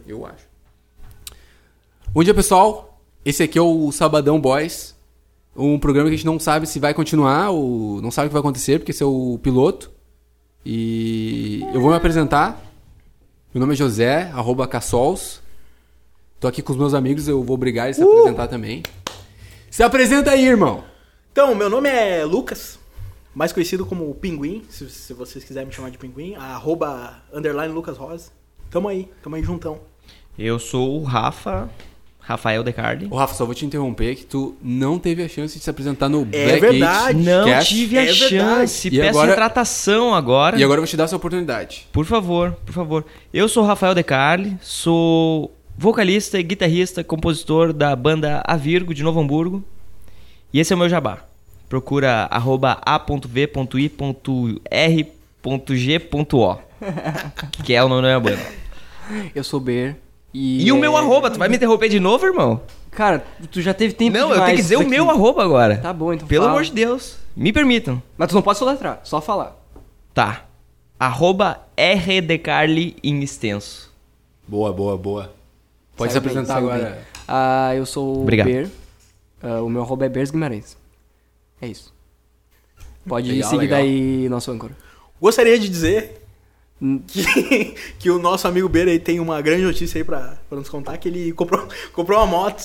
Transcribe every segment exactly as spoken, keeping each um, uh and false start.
eu acho. Bom dia, pessoal. Esse aqui é o Sabadão Boys. Um programa que a gente não sabe se vai continuar ou não sabe o que vai acontecer, porque esse é o piloto. E eu vou me apresentar. Meu nome é José, arroba Cassols. Tô aqui com os meus amigos, eu vou obrigar eles a se Uh! apresentar também. Se apresenta aí, irmão. Então, meu nome é Lucas, mais conhecido como Pinguim, se, se vocês quiserem me chamar de Pinguim, arroba underline Lucas Rosa. Tamo aí, tamo aí juntão. Eu sou o Rafa, Rafael Decarli. Ô, Rafa, só vou te interromper que tu não teve a chance de se apresentar no É Black verdade. Eight Não Cast. tive a É verdade. chance, E peço agora- retratação agora. E agora eu vou te dar essa oportunidade. Por favor, por favor. Eu sou o Rafael Decarli, sou vocalista e guitarrista, compositor da banda A Virgo, de Novo Hamburgo. E esse é o meu jabá. Procura arroba a ponto v ponto i ponto r ponto g ponto o, que é o nome da minha banda. Eu sou Ber. E, E o é- meu arroba, tu vai me interromper de novo, irmão? Cara, tu já teve tempo Não, eu demais tenho que dizer o isso meu aqui. arroba agora. Tá bom, então Pelo fala. amor de Deus. Me permitam. Mas tu não pode soletrar, só falar. Tá. Arroba rdecarli em extenso. Boa, boa, boa. Pode Saiu se bem, apresentar saiu agora. bem. Ah, eu sou o Obrigado. Ber. Ah, o meu arroba é Bers Guimarães. É isso. Pode Legal, seguir legal. daí, nosso âncora. Gostaria de dizer Hum. que, que o nosso amigo Beira aí tem uma grande notícia aí pra, pra nos contar, que ele comprou, comprou uma moto.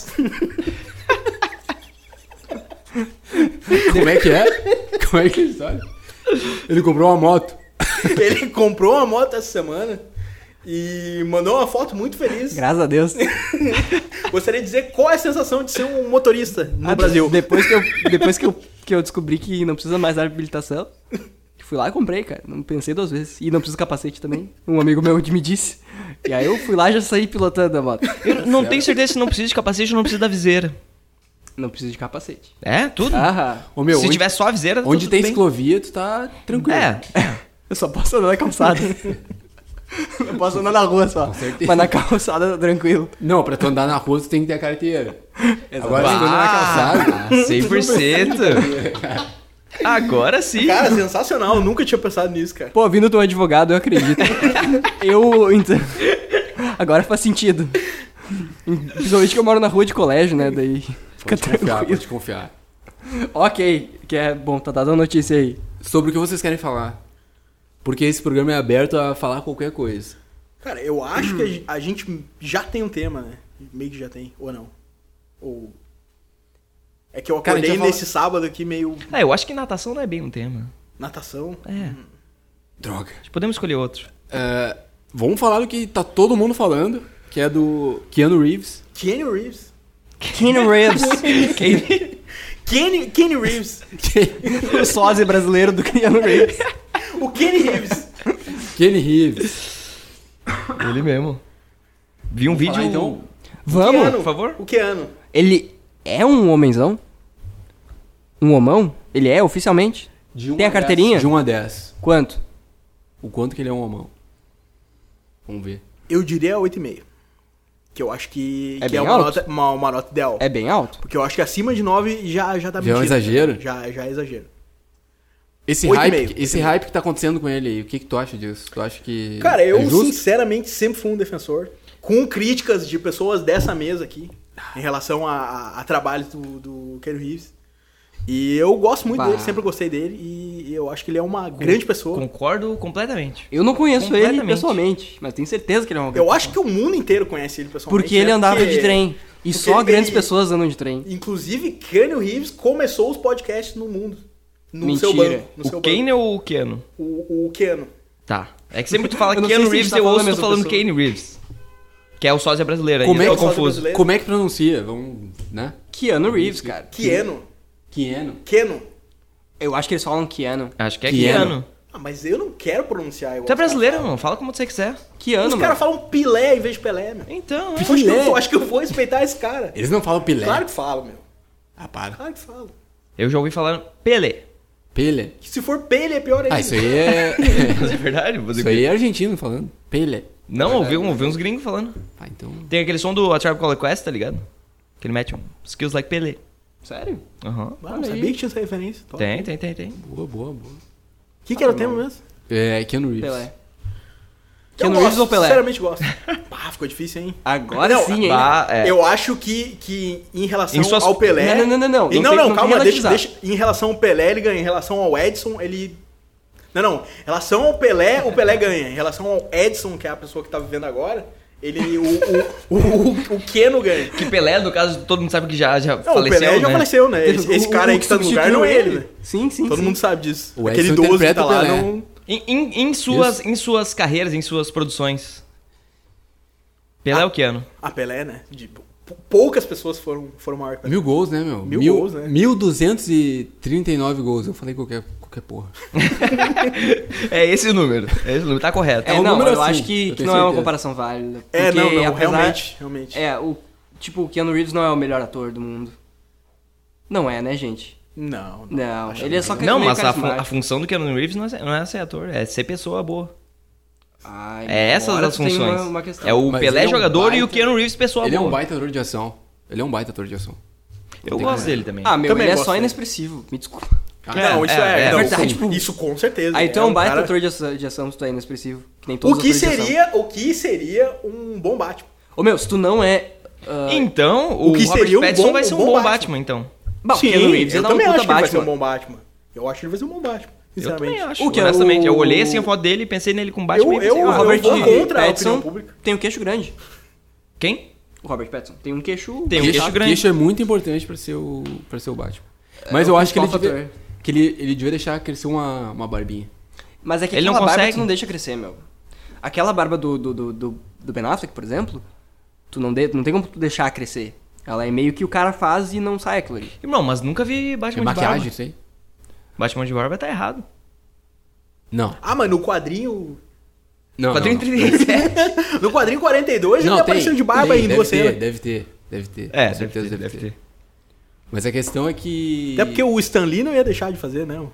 Como é que é? Como é que é a história? Ele comprou uma moto. Ele comprou uma moto essa semana e mandou uma foto muito feliz. Graças a Deus. Gostaria de dizer qual é a sensação de ser um motorista no Ah, Brasil. Depois, que eu, depois que, eu, que eu descobri que não precisa mais dar habilitação, fui lá e comprei, cara. Não pensei duas vezes. E não precisa capacete também. Um amigo meu me disse. E aí eu fui lá e já saí pilotando a moto. Eu não tenho certeza se não precisa de capacete ou não precisa da viseira. Não precisa de capacete. É, tudo? Ah, Ô, meu, se onde, tiver só a viseira, onde tudo tem bem. ciclovia, tu tá tranquilo. É, eu só posso andar na calçada. Eu posso andar na rua só. Com certeza. Mas na calçada, tranquilo. Não, pra tu andar na rua, tu tem que ter a carteira. Agora, se tu andar na Ah, calçada... cem por cento. Agora sim. Cara, sensacional. Eu nunca tinha pensado nisso, cara. Pô, vindo de um advogado, eu acredito. Eu, então... Agora faz sentido. Principalmente que eu moro na rua de colégio, né? Daí fica Pode confiar, tranquilo. pode confiar. Ok, que é bom, tá dando notícia aí. Sobre o que vocês querem falar. Porque esse programa é aberto a falar qualquer coisa. Cara, eu acho que a gente já tem um tema, né? Meio que já tem, ou não. Ou... É que eu Cara, a gente acordei vai nesse sábado aqui meio Ah, eu acho que natação não é bem um tema. natação. É, Droga. podemos escolher outro. É, vamos falar do que tá todo mundo falando, que é do Keanu Reeves. Keanu Reeves. Keanu Reeves. Kenny, Kenny Reeves. O sósia brasileiro do Keanu Reeves. O Kenny Reeves. Kenny Reeves. Ele mesmo. Vi um Vamos vídeo... falar, então? Vamos? Keanu, por favor. O Keanu. Ele é um homenzão? Um homão? Ele é, oficialmente? De um Tem a a dez. carteirinha? De um a dez. Quanto? O quanto que ele é um homão. Vamos ver. Eu diria oito e meio. Que eu acho que É que bem é uma alto? nota, uma, uma nota ideal. É bem alto? Porque eu acho que acima de nove já, já tá Já é um mentindo. exagero? Já, já é exagero. Esse Oito e hype, meio. esse hype que tá acontecendo com ele aí, o que que tu acha disso? Tu acha que Cara, eu é justo? sinceramente sempre fui um defensor. Com críticas de pessoas dessa mesa aqui. Em relação a, a, a trabalhos do, do Keanu Reeves. E eu gosto muito Bah. dele, sempre gostei dele. E eu acho que ele é uma grande pessoa. Concordo completamente. Eu não conheço ele Completamente. pessoalmente, mas tenho certeza que ele é uma Eu acho que o mundo inteiro conhece ele pessoalmente. Porque ele né? andava Porque- de trem. E porque só ele- grandes pessoas andam de trem. Inclusive, Keanu Reeves começou os podcasts no mundo. No Mentira. seu banco. No seu O Kane ou o Keanu? banco. O, o Keanu. Tá. É que sempre tu fala Eu não Keanu sei se a Reeves, gente tá eu falando ouço a tu mesma falando pessoa. Kane Reeves. Que é o sósia brasileiro aí. Como é eu que- tô sósia confuso. brasileiro? Como é que pronuncia? Vamos, né? Keanu Reeves, cara. Keanu. Keanu. Keanu. Eu acho que eles falam Keanu. Acho que é Keanu. Keanu. Ah, mas eu não quero pronunciar igual. Tu é os caras brasileiro, falam. mano. Fala como você quiser. Keanu, Os mano. caras falam Pilé em vez de Pelé, meu. Então, Eu é. acho, que eu, Pilé? eu acho que eu vou respeitar esse cara. Eles não falam Pelé. Claro que falo, meu. Ah, para. Claro que falo. Eu já ouvi falar Pelé. Pelé. Que se for Pelé é pior ainda. Ah, isso aí é... Mas é verdade? Vou dizer isso que- aí é argentino falando. Pelé. Não, ouvi, ouvi uns gringos falando. Ah, então... Tem aquele som do A Tribe Called Quest, tá ligado? Que ele mete um skills like Pelé. Sério? Aham. Ah, não sabia que tinha essa referência. Top. Tem, tem, tem, tem. Boa, boa, boa. O que, que era o tema mesmo? É Keanu Reeves. Pelé. Keanu eu Reeves gosto, ou Pelé? sinceramente gosto. Pá, ficou difícil, hein? Agora Não, sim, hein? Bah, é. Eu acho que, que em relação Em suas- ao Pelé... Não, não, não, não, não. E Não não, tem- não, não calma, tem deixa, relativizar. deixa. Em relação ao Pelé, ele ganha. Em relação ao Edson, ele... Não, não. Em relação ao Pelé, o Pelé ganha. Em relação ao Edson, que é a pessoa que tá vivendo agora, ele... O, o, o, o Keno ganha. Que Pelé, no caso, todo mundo sabe que já, já Não, faleceu, o Pelé já né? faleceu, né? Esse, esse O- cara o aí que tá no lugar não é ele, né? Sim, sim, Todo sim. mundo sabe disso. O Aquele Edson idoso que interpreta tá o lá Pelé. não... Em, em, em suas, em suas carreiras, em suas produções. Pelé ou Keanu? A Pelé, né? De, pou- poucas pessoas foram, foram maior que Pelé. Mil gols, né, meu? Mil gols, né? mil duzentos e trinta e nove gols. Eu falei qualquer, qualquer porra. É esse o número. É esse o número, tá correto. É, É um não, número eu assim, acho que, eu que tenho não é uma certeza. comparação válida. É, porque não, não, apesar- realmente, realmente. É, o, tipo, o Keanu Reeves não é o melhor ator do mundo. Não é, né, gente? Não, não. Não, Acho ele é que só não. que Não, meio mas a, fu- a carismático. função do Keanu Reeves não é, ser- não é ser ator, é ser pessoa boa. Ai, É essas agora as tu tem funções. uma- uma questão. É o Mas Pelé ele é um jogador e o baita- Keanu Reeves pessoa Ele é boa. um baita ator de ação. Ele é um baita ator de ação. Eu tem gosto como. dele também. Ah, meu, Também ele é gosto só dele. inexpressivo. Me desculpa. Não, isso É, é, é, não, verdade, com- tipo- isso com certeza. Aí tu é um baita cara- ator de ação, de ação se tu é inexpressivo. Que nem O todos que os atores de ação. seria, o que seria um bom Batman? Ô, meu, se tu não é... ah, Então, o, O que Robert seria um Pattinson bom- vai ser um um bom, bom Batman. Batman, então. bom, Sim, Keanu Reeves eu é um também puta acho que ele vai ser Batman. um bom Batman. Eu acho que ele vai ser um bom Batman, Eu sinceramente. também acho, O que é honestamente. Eu o- olhei assim a foto dele e pensei nele com Batman Eu- e pensei, eu- O ah, Robert vou contra a Pattinson opinião pública. tem um queixo grande. Quem? O Robert Pattinson tem um queixo... Tem um Queixo, queixo grande. queixo é muito importante pra ser o, pra ser o Batman. Mas eu, o acho que ele principal devia, fator. que ele, ele devia deixar crescer uma, uma barbinha. Mas é que Ele aquela não barba consegue. tu não deixa crescer, meu. Aquela barba do, do, do, do, do Ben Affleck, por exemplo, tu não, de, não tem como tu deixar crescer. Ela é meio que o cara faz e não sai aquilo ali. Não, mas nunca vi É Batman de maquiagem, barba. isso aí? Batman de barba tá errado. Não. Ah, mas no quadrinho... Não, Quadrinho não, não. trinta e sete. No quadrinho quarenta e dois ele Não, tem, apareceu de barba tem, em deve duas ter, cenas. Deve ter, deve ter. É, Com certeza deve ter, deve ter. Mas a questão é que... Até porque o Stan Lee não ia deixar de fazer, não.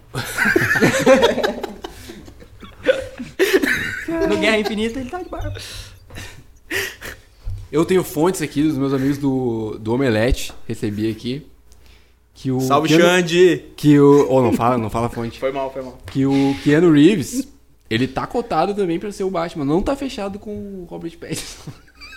No Guerra Infinita ele tá de barba. Eu tenho fontes aqui dos meus amigos do, do Omelete, recebi aqui, que o... Salve, Keanu- Xande! Que o... Oh, não fala, não fala a fonte. Foi mal, foi mal. Que o Keanu Reeves, ele tá cotado também pra ser o Batman. Não tá fechado com o Robert Pattinson.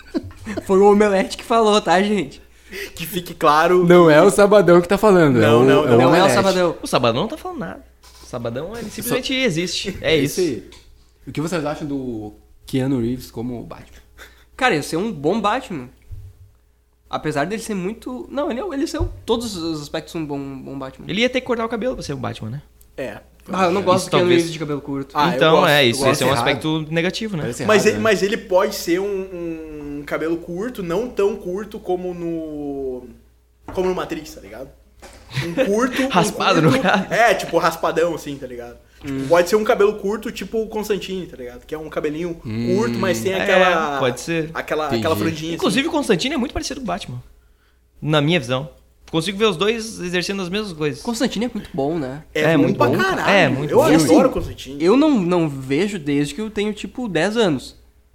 Foi o Omelete que falou, tá, gente? Que fique claro. Não é o Sabadão que tá falando. Não, é o, não, é o não Não é o Omelete. Sabadão. O Sabadão não tá falando nada. O Sabadão, ele simplesmente existe. É É isso. isso aí. O que vocês acham do Keanu Reeves como Batman? Cara, ia ser um bom Batman. Apesar dele ser muito... Não, ele é, ele é todos os aspectos um bom, bom Batman. Ele ia ter que cortar o cabelo pra ser o Batman, né? É. Ah, eu não gosto Isso do Keanu talvez- Reeves de cabelo curto. Ah, eu então, gosto, é, eu isso gosto. esse é um Errado. aspecto negativo, né? Parece Mas, errado, ele, né? mas ele pode ser um, um cabelo curto, não tão curto como no. Como no Matrix, tá ligado? Um curto. um Raspado, curto- no caso. É, tipo, raspadão, assim, tá ligado? Tipo, pode ser um cabelo curto, tipo o Constantine, tá ligado? Que é um cabelinho curto, mas tem É, aquela. pode ser. Aquela, Entendi. aquela franjinha. Inclusive, o Constantine é muito parecido com o Batman. Na minha visão. Consigo ver os dois exercendo as mesmas coisas. Constantine é muito bom, né? assim. É, é muito muito pra bom, cara. caralho. É, muito eu bom. adoro E assim, o Constantine. Eu não, não vejo desde que eu tenho, tipo, dez anos.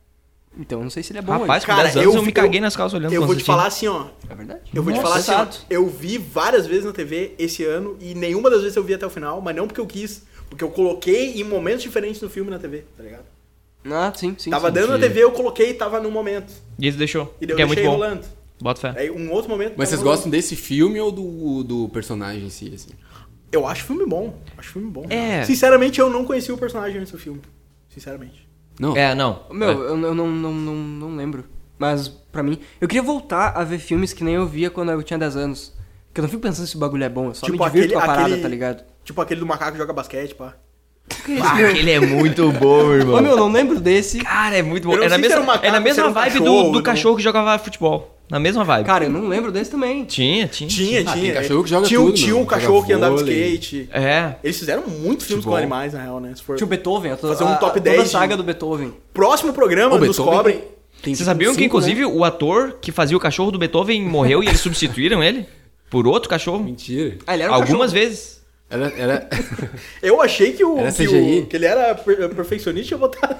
Então eu não sei se ele é bom Rapaz, hoje. com Cara, dez anos eu, eu- me caguei nas calças olhando Eu o vou te Constantine. falar assim, ó. É verdade? Eu vou te Nossa, falar assim, ó, exato. eu vi várias vezes na T V esse ano e nenhuma das vezes eu vi até o final, mas não porque eu quis, porque eu coloquei em momentos diferentes no filme na T V, tá ligado? Ah, sim, sim. Tava sim. dando na sim. T V, eu coloquei e tava num momento. E eles deixou. E daí eu que é muito deixei bom. rolando. Bota fé. Aí um outro momento. Mas tava vocês rolando. gostam desse filme ou do, do personagem em si, assim? Eu acho filme bom. Acho filme bom. É. Sinceramente, eu não conheci o personagem antes do filme. Sinceramente. Não. É, não. Meu, É. eu, eu não, não, não, não lembro. Mas, pra mim... Eu queria voltar a ver filmes que nem eu via quando eu tinha dez anos. Porque eu não fico pensando se o bagulho é bom. Eu só Tipo me divirto aquele- com a parada, aquele- tá ligado? Tipo aquele do macaco que joga basquete, pá. Ah, aquele é muito bom, irmão. Ô, meu, eu não lembro desse. Cara, é muito bom. Eu não É na sei se mesma, era um macaco, é na se mesma era um vibe cachorro, do, do não. cachorro que jogava futebol. Na mesma vibe. Cara, eu não lembro desse também. Tinha, tinha. Tinha, Ah, tinha. tem cachorro que joga tinha, tudo, Tinha meu. um cachorro Joga que andava de vôlei. skate. É. Eles fizeram muitos filmes com Futebol. animais, na real, né? Se for... Tinha o Beethoven. Eu tô, Fazer um a- top a, dez Toda a de- saga do Beethoven. Próximo programa, Ô, nos Beethoven cobrem. tem- tem Vocês sabiam que, cinco, inclusive, né? o ator que fazia o cachorro do Beethoven morreu e eles substituíram ele por outro cachorro? Mentira. Ah, ele era um Algumas cachorro. vezes. Era... era... Eu achei que o. Era que, C G I? o- que ele era per- perfeccionista, tinha botado.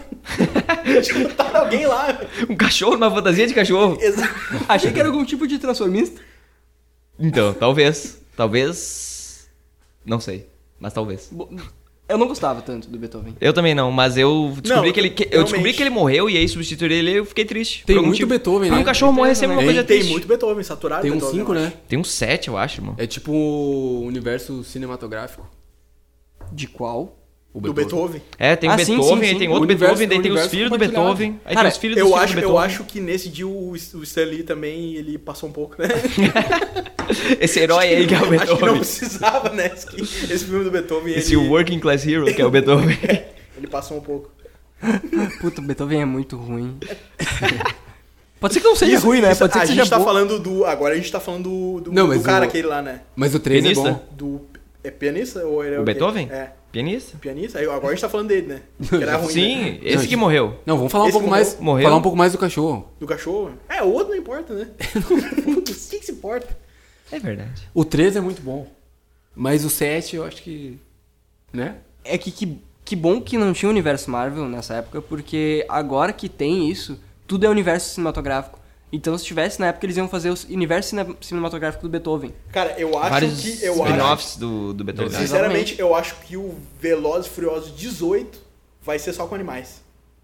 tinha botado alguém lá. Um cachorro numa fantasia de cachorro. Exato. Achei que era algum tipo de transformista. Então, talvez. Talvez. Não sei. Mas talvez. Bo- Eu não gostava tanto do Beethoven. Eu também não, mas eu descobri, Não, que, ele, que- eu realmente. descobri que ele morreu e aí substituir ele e eu fiquei triste. Tem por algum muito motivo. Beethoven, Porque né? um cachorro morrer é sempre uma Tem- coisa Tem triste. muito Beethoven, saturado Tem uns Beethoven, cinco, eu né? acho. Tem uns sete, eu acho, irmão. É tipo o universo cinematográfico. De qual? O Do Beethoven. É, tem o Ah, sim, Beethoven, sim, aí sim. tem O outro universo- Beethoven, daí o tem os universo filhos do compartilhado. Beethoven, aí Cara, tem os filhos dos Eu filhos acho, do eu Beethoven. acho que nesse dia o, o Stan Lee também, ele passou um pouco, né? Esse herói aí que é o Acho que não Beethoven. precisava, né? Esse, que- esse filme do Beethoven, Esse ele, Working Class Hero que é o Beethoven. ele passou um pouco. Puta, o Beethoven é muito ruim. Pode ser que não seja Isso, ruim, né? isso, Pode ser a que gente seja tá bom. falando do... Agora a gente tá falando do, do, Não, do mas cara o- aquele lá, né? Mas o três é Pianista? bom. Do... É pianista ou ele é O o quê? Beethoven? É, Pianista? pianista. Aí, agora a gente tá falando dele, né? Que era ruim, Sim, né? esse que morreu. Não, vamos falar um Esse pouco morreu? mais. Morreu? Falar um pouco mais do cachorro. Do cachorro. É, o outro não importa, né? O que que se importa? É verdade. O três é muito bom. Mas o sete eu acho que. Né? É que, que que bom que não tinha universo Marvel nessa época, porque agora que tem isso, tudo é universo cinematográfico. Então, se tivesse na época, eles iam fazer o universo cine- cinematográfico do Beethoven. Cara, eu acho Vários que... Eu acho, spin-offs do, do Beethoven. sinceramente, eu acho que o Velozes e Furiosos dezoito vai ser só com animais.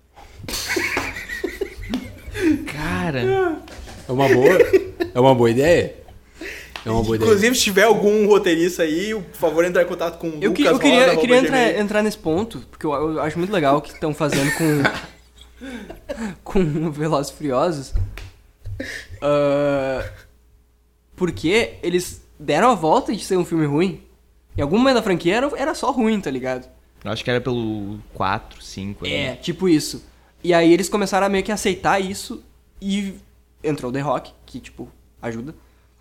Cara, É uma boa. É uma boa ideia. É uma boa ideia. Inclusive, se tiver algum roteirista aí, por favor, entrar em contato com o Eu, que- Lucas eu queria, Rosa, eu queria arroba entrar, gmail. entrar nesse ponto, porque eu, eu acho muito legal o que estão fazendo com com Velozes e Furiosos. Ah, porque eles deram a volta de ser um filme ruim. Em algum momento da franquia era, era só ruim, tá ligado? eu acho que era pelo quatro, cinco. É, né? tipo isso. E aí eles começaram a meio que aceitar isso e entrou o The Rock, que, tipo, ajuda.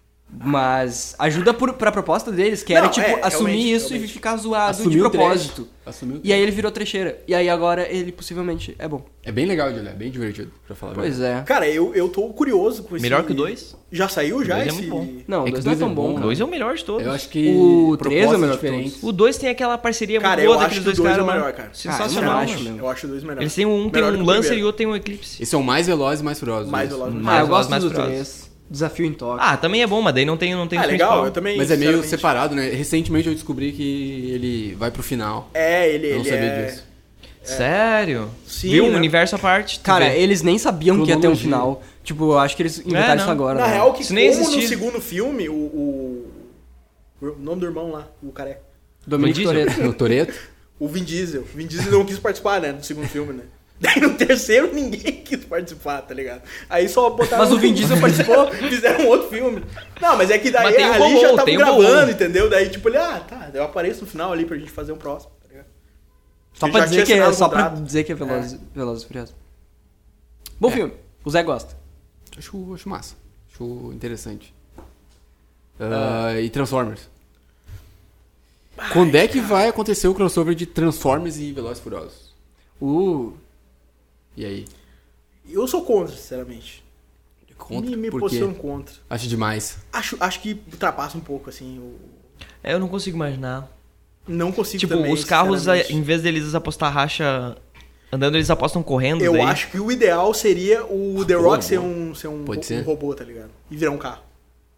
Mas ajuda por, pra proposta deles, que era, Não, tipo, é, assumir realmente, isso realmente. e ficar zoado Assumiu de o propósito. trash. Assumiu o E aí ele virou trecheira. E aí agora ele possivelmente é bom. É bem legal de olhar, bem divertido, pra falar a Pois verdade. é. Cara, eu, eu tô curioso com esse... Melhor que o dois? Já saiu já O dois é esse... muito bom. Não, o É que dois o não é dois tão é bom, bom, O cara. dois é o melhor de todos. Eu acho que. O três é o propostas melhor de diferentes. todos. O dois tem aquela parceria Cara, muito eu boa acho daqueles que o dois dois é caras o lá. melhor, cara. Sensacional. Ah, eu acho mano. mesmo. Eu acho o dois melhor. Eles têm um, tem Melhor que um o Lancer primeiro. e outro tem um Eclipse. Esses são mais velozes e mais furiosos. Mais dois. velozes. Ah, Mais eu gosto mais do furiosos. três. Desafio em Tóquio. Ah, também é bom, mas daí não tem, não tem Ah, os legal, principal. eu também... Mas é meio sinceramente- separado, né? Recentemente eu descobri que ele vai pro final. É, ele, Eu não ele sabia é... disso. Sério? Sim, Viu? Um né? universo à parte. tu Cara, vê. eles nem sabiam que ia ter um Cronologia. final. Tipo, eu acho que eles inventaram É, isso não. agora. Na né? real, que Se nem como no existir. segundo filme, o, o... O nome do irmão lá, o careca. Dominic Vin Diesel. Toretto. O Toreto. O Vin Diesel. O Vin Diesel não quis participar, né, do segundo filme, né? Daí no terceiro ninguém quis participar, tá ligado? Aí só botaram... Mas o Vin Diesel participou. Fizeram um outro filme. Não, mas é que daí Mas tem o ali Gogol, já tava tem o gravando, Gogol. entendeu? Daí tipo, ele, ah, tá, eu apareço no final ali pra gente fazer um próximo, tá ligado? Só Ele pra já dizer tinha que é, assinado o só pra contrato. dizer que é Velozes, Velozes e Furiosos. Bom É. filme. O Zé gosta. Acho, acho massa. Acho interessante. Ah, E Transformers. Quando é que vai acontecer o crossover de Transformers e Velozes e Furiosos? Uh, E aí? Eu sou contra, sinceramente. Contra? Me, me Por quê? posiciono contra. Acho demais. Acho, acho que ultrapassa um pouco, assim. o- É, eu não consigo imaginar. Não consigo Tipo, também, os carros, sinceramente. em vez deles apostar racha andando, eles apostam correndo. Eu daí. acho que o ideal seria o The Robô. Rock ser um, ser um, Pode um ser. robô, tá ligado? E virar um carro.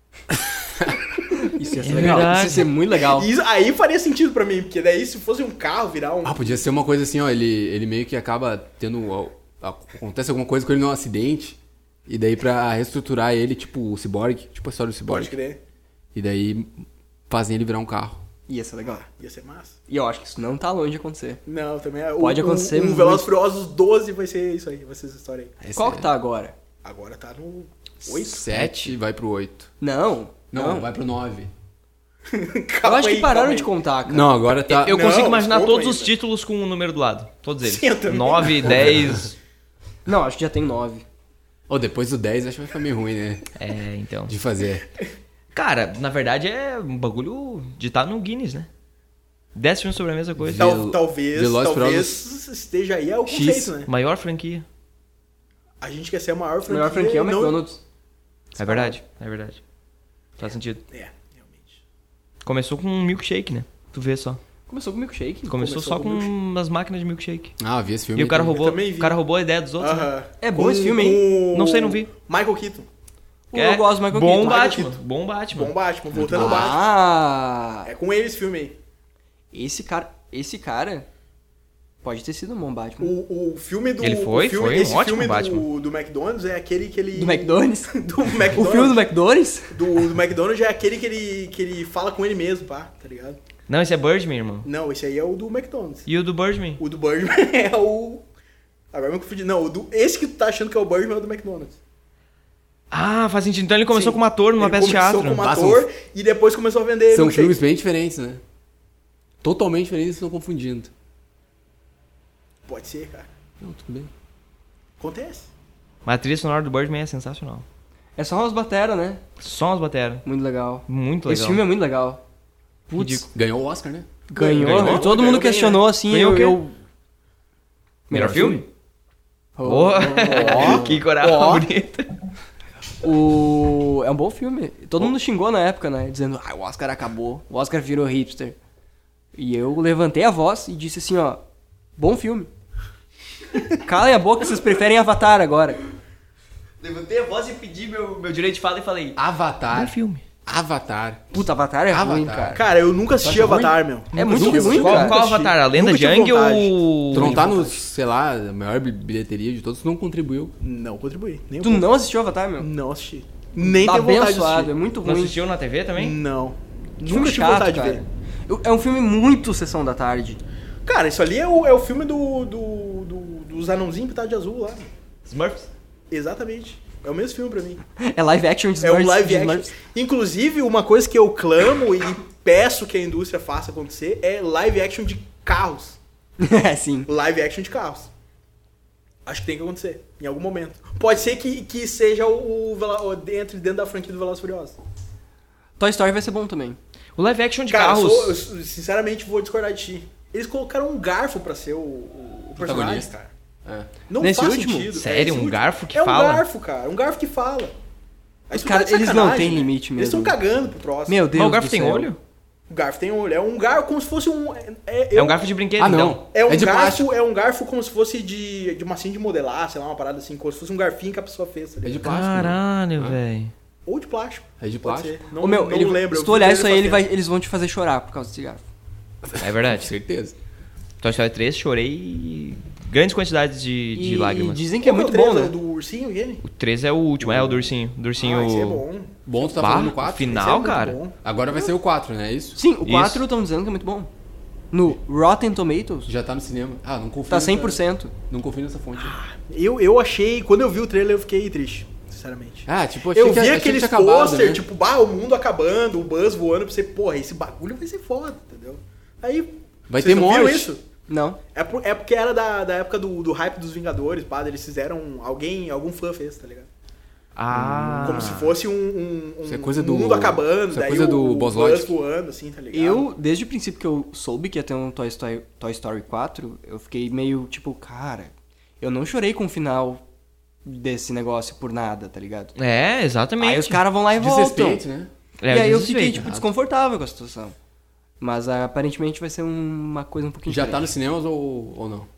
isso ia ser É legal. verdade. Isso ia ser muito legal. E isso, aí faria sentido pra mim, porque daí se fosse um carro virar um... Ah, podia ser uma coisa assim, ó. Ele, ele meio que acaba tendo. ó, Acontece alguma coisa com ele num acidente. E daí pra reestruturar ele, tipo o Cyborg. Tipo a história do Cyborg. Pode crer. E daí fazem ele virar um carro. Ia ser legal. Ia ser massa. E eu acho que isso não tá longe de acontecer. Não, também é... Pode o, acontecer O, um muito. Velozes e Furiosos doze vai ser isso aí, vai ser essa história aí. Esse Qual é que tá agora? Agora tá no oito. sete vai pro oito. Não. Não, Não. vai pro nove. Eu acho que pararam de contar, cara. Não, agora tá. Eu Não, consigo imaginar como todos ainda? os títulos com um número do lado. Todos eles. Sim, eu também. nove, dez. Não, acho que já tem nove. Ou depois do dez, acho que vai ficar meio ruim, né? É, então. De fazer. Cara, na verdade é um bagulho de estar no Guinness, né? dez filmes sobre a mesma coisa. Tal- Vel- talvez, Velozes e talvez esteja aí o X. conceito, né? Maior franquia. A gente quer ser a maior A franquia. melhor franquia é o não- McDonald's. É verdade, é verdade. Faz sentido. É, realmente. Começou com um milkshake, né? Tu vê só. Começou com milkshake. Começou, Começou só com com milkshake. umas máquinas de milkshake. Ah, eu vi esse filme. E o cara aí roubou, também vi. o cara roubou a ideia dos outros, né? Aham. É bom esse filme, hein? com Não sei, não vi. Michael Keaton. Eu gosto do Michael Bom Keaton. Michael Batman, Keaton. bom Batman. Bom Batman, voltando ao Batman. Ah! É com ele esse filme aí. Esse cara... esse cara pode ter sido um bom Batman. O, o filme do... Ele foi, o filme, foi um esse ótimo filme Batman. do, do McDonald's é aquele que ele... Do McDonald's? do O McDonald's. filme do McDonald's? Do, do McDonald's é aquele que ele, que ele fala com ele mesmo, pá, tá ligado? Não, esse é Birdman, irmão. Não, esse aí é o do McDonald's. E o do Birdman? O do Birdman é o... Agora eu me confundi. Não, o do... esse que tu tá achando que é o Birdman é o do McDonald's. Ah, faz sentido. Então ele começou Sim. como ator numa Ele peça de teatro. começou como Ah, são- ator e depois começou a vender São milkshake. filmes bem diferentes, né? Totalmente diferentes, estão confundindo. Pode ser, cara. Não, tudo bem. Acontece. Mas a trilha sonora do Birdman é sensacional. É só umas bateras, né? Só umas bateras. Muito legal. Muito legal. Esse filme é muito legal. Putz, Ridículo. Ganhou o Oscar, né? ganhou. Ganhou? E todo Ganhou mundo bem, questionou assim. Ganhou Eu, o quê? eu... Melhor filme? Oh, Oh, que coragem Ó. bonita. O... É um bom filme. Todo mundo xingou na época, né? Dizendo, ah, o Oscar acabou. O Oscar virou hipster. E eu levantei a voz e disse assim, ó... Bom filme. Calem a boca, vocês preferem Avatar agora. Levantei a voz e pedi meu, meu direito de fala e falei... Avatar. Bom filme. Avatar. Puta, Avatar é ruim, Avatar. cara. Cara, eu nunca assisti Tu acha Avatar, meu. É muito Nunca ruim, assisti. Qual, cara. qual Nunca Avatar? A assisti. Lenda Nunca de tive Aang vontade. ou... Tu não tá nos, sei lá, a maior bi- bilheteria de todos, tu não contribuiu. Não contribuí. Nem um Tu pouco. não assistiu Avatar, meu? Não assisti. Nem Tá tenho vontade de abençoado, é assistir. muito Não ruim. assistiu na T V também? Não. Que Nunca filme tive chato, vontade de cara. ver. Eu- É um filme muito Sessão da Tarde. Cara, isso ali é o, é o filme do, do, do- dos anãozinhos pintados de azul lá. Smurfs? Exatamente. É o mesmo filme pra mim. É live action de É um Smurfs- live de action. Smurfs. Inclusive, uma coisa que eu clamo e peço que a indústria faça acontecer é live action de carros. É, sim. Live action de carros. Acho que tem que acontecer, em algum momento. Pode ser que, que seja o, o, Vela- o dentro, dentro da franquia do Velozes e Furiosos. Toy Story vai ser bom também. O live action de Cara, eu, carros... sou- eu sinceramente vou discordar de ti. Eles colocaram um garfo pra ser o, o, o personagem, Protagonista. cara. É. Não Nesse faz último? sentido. Sério? Esse Um último. garfo que é fala? É um garfo, cara. Um garfo que fala. Aí Os tu cara- tá de eles não sacanagem, têm né? limite Eles mesmo. estão cagando pro próximo. Meu Deus Mas o garfo do tem céu. olho? O garfo tem olho. É um garfo como se fosse um... É, é- É eu- um garfo de brinquedo, Ah, então. não. É um É de garfo, plástico. é um garfo como se fosse de, de massinha de modelar, sei lá, uma parada assim, como se fosse um garfinho que a pessoa fez. Tá É de ligado? plástico. né? Caralho, Ah. velho. Ou de plástico. É de Pode plástico? ser. Não, Ô, meu, não ele- lembro. se eu tu vi olhar trailer isso aí, faz ele tempo. vai- eles vão te fazer chorar por causa desse garfo. É verdade. Certeza. Toy Story três, chorei grandes quantidades de, de E lágrimas. dizem que é Qual muito o três? bom, É né? o do ursinho, aquele? O três é o último, é o do ursinho. Do ursinho... Ah, esse é bom. Bom, tu tá Bah, falando do o quatro? final, Esse é muito cara. bom. Agora vai ser o quatro, né? É isso? Sim, o Isso. quatro estão dizendo que é muito bom. No Rotten Tomatoes, Já tá no cinema. Ah, não confio. tá nessa- cem por cento. Não confio nessa fonte. Eu, eu achei... Quando eu vi o trailer, eu fiquei triste. Sinceramente. Ah, tipo, achei Eu que, vi achei que aqueles tinha acabado, pôster, né? tipo, bah, o mundo acabando, o Buzz voando, pra você, porra, esse bagulho vai ser foda, entendeu? Aí, Vai vocês ter não viram morte. isso? Não. É, por- é porque era da, da época do, do hype dos Vingadores, pá, eles fizeram, alguém, algum fã fez, tá ligado? Ah. Como se fosse um, um, um Isso é coisa do- mundo acabando, isso é daí coisa o, do o Buzz Buzz Lightyear. voando, assim, tá ligado? Eu, desde o princípio que eu soube que ia ter um Toy Story, Toy Story quatro, eu fiquei meio tipo, cara, eu não chorei com o final desse negócio por nada, tá ligado? É, exatamente. Aí os caras vão lá e voltam. Desrespeito, né? É, e aí eu desrespeito. fiquei, tipo, desconfortável com a situação. Mas ah, aparentemente vai ser um- uma coisa um pouquinho Já tá nos diferente. cinemas ou, ou não?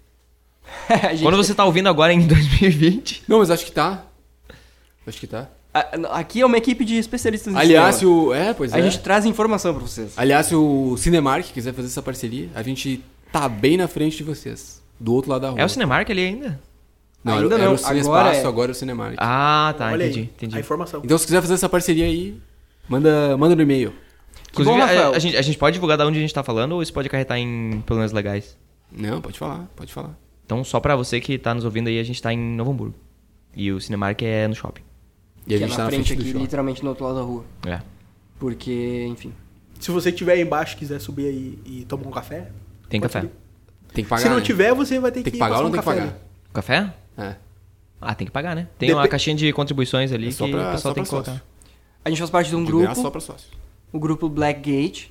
A gente- Quando você tá ouvindo agora em dois mil e vinte... Não, mas acho que tá. Acho que tá. A- Aqui é uma equipe de especialistas em Aliás, se cinema. o... É, pois é. A gente traz informação pra vocês. Aliás, se o Cinemark quiser fazer essa parceria, a gente tá bem na frente de vocês. Do outro lado da rua. É o Cinemark ali ainda? Não, Ainda era, não, era o Cine agora Espaço, é. agora é o Cinemark. Ah, tá, Olha entendi, aí, entendi. a informação. Então, se quiser fazer essa parceria aí, manda, manda no e-mail. Inclusive, bom, a- Rafael. a, gente, a gente pode divulgar de onde a gente tá falando ou isso pode acarretar em problemas legais? Não, pode falar, pode falar. Então, só pra você que tá nos ouvindo aí, a gente tá em Novo Hamburgo. E o Cinemark é no shopping. E a Que é gente na tá na frente frente do aqui, shopping. literalmente no outro lado da rua. É. Porque, enfim. Se você estiver aí embaixo e quiser subir aí e tomar um café, Tem pode café. subir. Tem que pagar, Se não né? tiver, você vai ter Tem que, que pagar passar ou um não tem que café pagar? ali. Café? É. Ah, tem que pagar, né? Tem Depe- uma caixinha de contribuições ali É só que pra- o pessoal só tem que pra colocar. sócio. A gente faz parte de um De grupo, graça só pra sócio. o grupo Blackgate,